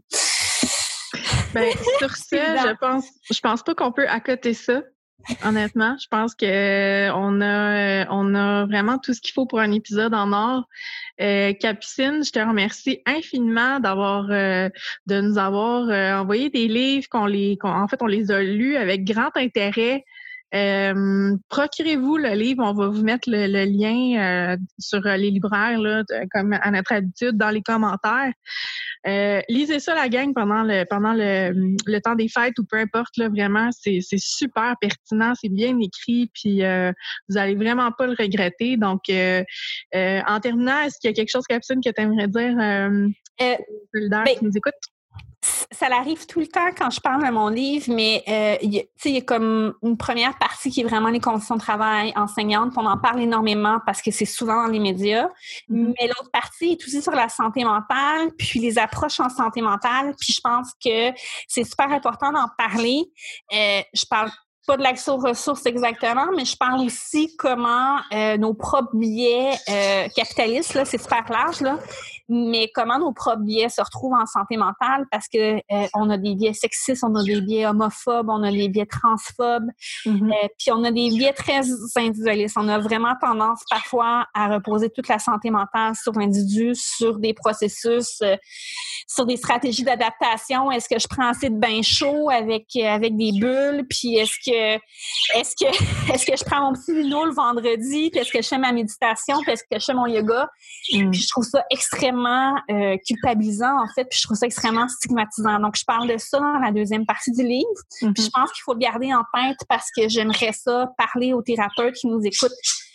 Ben, sur ce, je pense, je pense pas qu'on peut accoter ça. Honnêtement, je pense que on a on a vraiment tout ce qu'il faut pour un épisode en or. Euh, Capucine, je te remercie infiniment d'avoir euh, de nous avoir euh, envoyé des livres qu'on les qu'on, en fait on les a lus avec grand intérêt. Euh, procurez-vous le livre, on va vous mettre le, le lien euh, sur les libraires là, de, comme à notre habitude dans les commentaires. Euh, lisez ça la gang pendant le pendant le, le temps des fêtes ou peu importe là, vraiment c'est c'est super pertinent, c'est bien écrit puis euh, vous allez vraiment pas le regretter. Donc euh, euh, en terminant, est-ce qu'il y a quelque chose, Capucine, que tu aimerais dire euh, euh, aux solidaires ben, qui nous écoutent? Ça l'arrive tout le temps quand je parle de mon livre, mais euh, il y a comme une première partie qui est vraiment les conditions de travail enseignantes. On en parle énormément parce que c'est souvent dans les médias. Mm-hmm. Mais l'autre partie est aussi sur la santé mentale, puis les approches en santé mentale. Puis je pense que c'est super important d'en parler. Euh, je parle pas de l'accès aux ressources exactement, mais je parle aussi comment euh, nos propres biais euh, capitalistes, là, c'est super large, là, mais comment nos propres biais se retrouvent en santé mentale parce que euh, on a des biais sexistes, on a des biais homophobes, on a des biais transphobes, mm-hmm. euh, puis on a des biais très individualistes. On a vraiment tendance parfois à reposer toute la santé mentale sur l'individu, sur des processus, euh, sur des stratégies d'adaptation. Est-ce que je prends assez de bain chaud avec euh, avec des bulles, puis est-ce que est-ce que est-ce que je prends mon petit lino le vendredi, puis est-ce que je fais ma méditation, puis est-ce que je fais mon yoga? Mm. Puis je trouve ça extrêmement euh, culpabilisant, en fait, puis je trouve ça extrêmement stigmatisant. Donc, je parle de ça dans la deuxième partie du livre. Mm-hmm. Puis je pense qu'il faut le garder en tête parce que j'aimerais ça parler aux thérapeutes qui nous écoutent.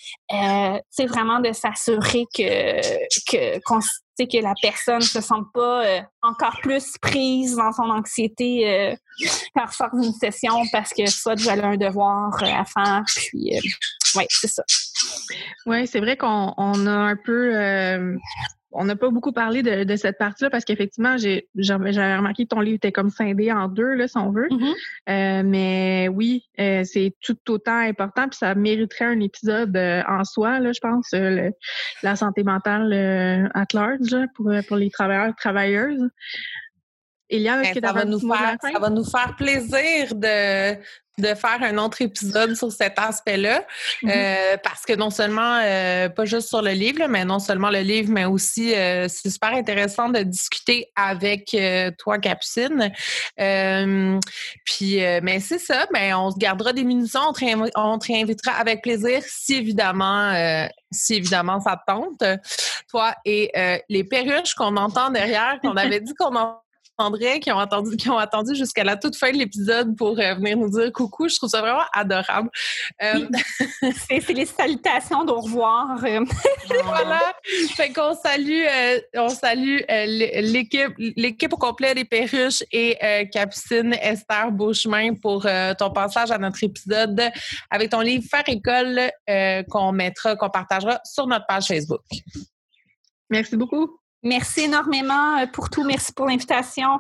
Euh, c'est vraiment de s'assurer que, que, qu'on, que la personne ne se sente pas euh, encore plus prise dans son anxiété euh, quand elle sort d'une session parce que soit elle a un devoir euh, à faire. Puis, euh, oui, c'est ça. Oui, c'est vrai qu'on on a un peu... Euh, on n'a pas beaucoup parlé de, de cette partie-là parce qu'effectivement, j'ai, j'avais remarqué que ton livre était comme scindé en deux, là, si on veut. Mm-hmm. Euh, mais oui, euh, c'est tout autant important, puis ça mériterait un épisode euh, en soi, là, je pense, euh, le, la santé mentale euh, at large là, pour, pour les travailleurs et travailleuses. Eliane, est-ce que ça va nous faire, ça va nous faire plaisir de de faire un autre épisode sur cet aspect-là, mm-hmm. euh, parce que non seulement, euh, pas juste sur le livre, là, mais non seulement le livre, mais aussi, euh, c'est super intéressant de discuter avec euh, toi, Capucine. Euh, puis, euh, mais c'est ça, ben, on se gardera des munitions, on te, réinv- on te réinvitera avec plaisir si évidemment, euh, si évidemment ça te tente. Toi et euh, les perruches qu'on entend derrière, qu'on avait dit qu'on en André, qui ont attendu, qui ont attendu jusqu'à la toute fin de l'épisode pour euh, venir nous dire coucou. Je trouve ça vraiment adorable. Euh... c'est, c'est les salutations d'au revoir. Voilà. Fait qu'on salue, euh, on salue euh, l'équipe, l'équipe au complet des perruches et euh, Capucine Esther Beauchemin pour euh, ton passage à notre épisode avec ton livre Faire école euh, qu'on mettra, qu'on partagera sur notre page Facebook. Merci beaucoup. Merci énormément pour tout. Merci pour l'invitation.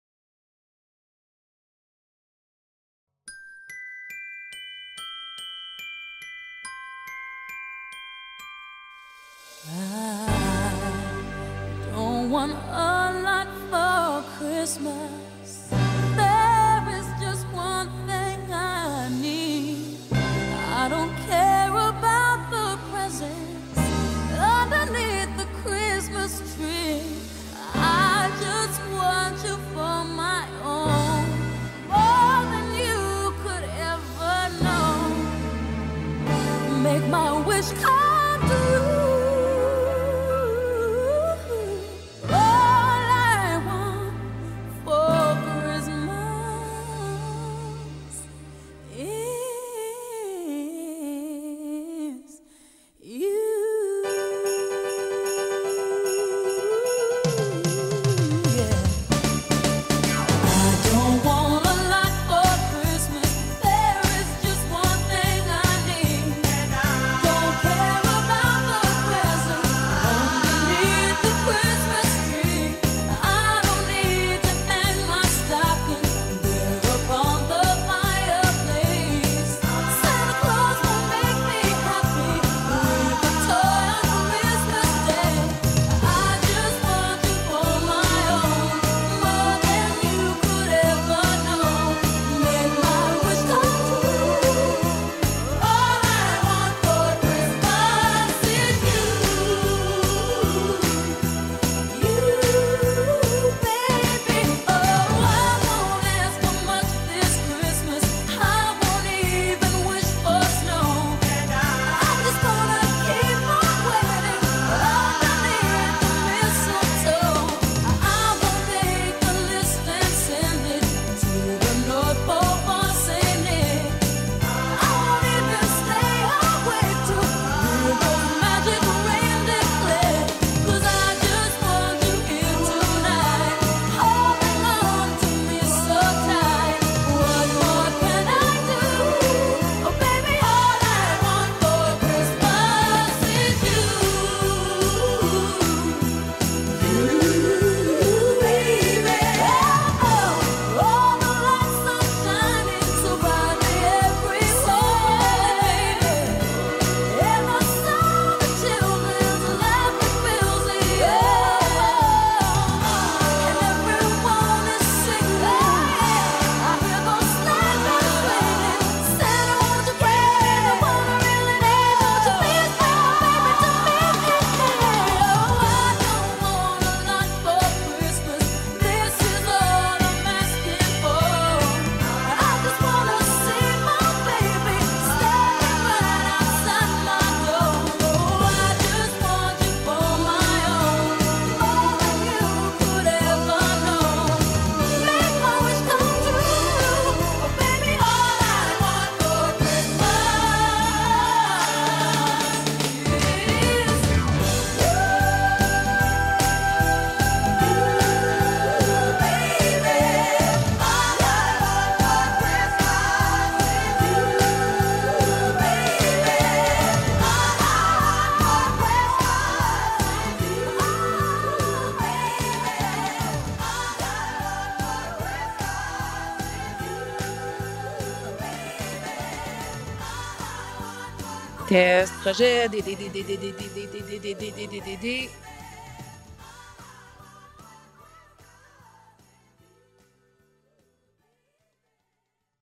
I don't want a lot for Christmas. There is just one thing I need. I don't care about the presents underneath the Christmas tree. I just want you for my own, more than you could ever know. Make my wish come true. All I want for Test, projet, D, D, D, D, D, D, D, D, D, D, D, D, D, D, D, D.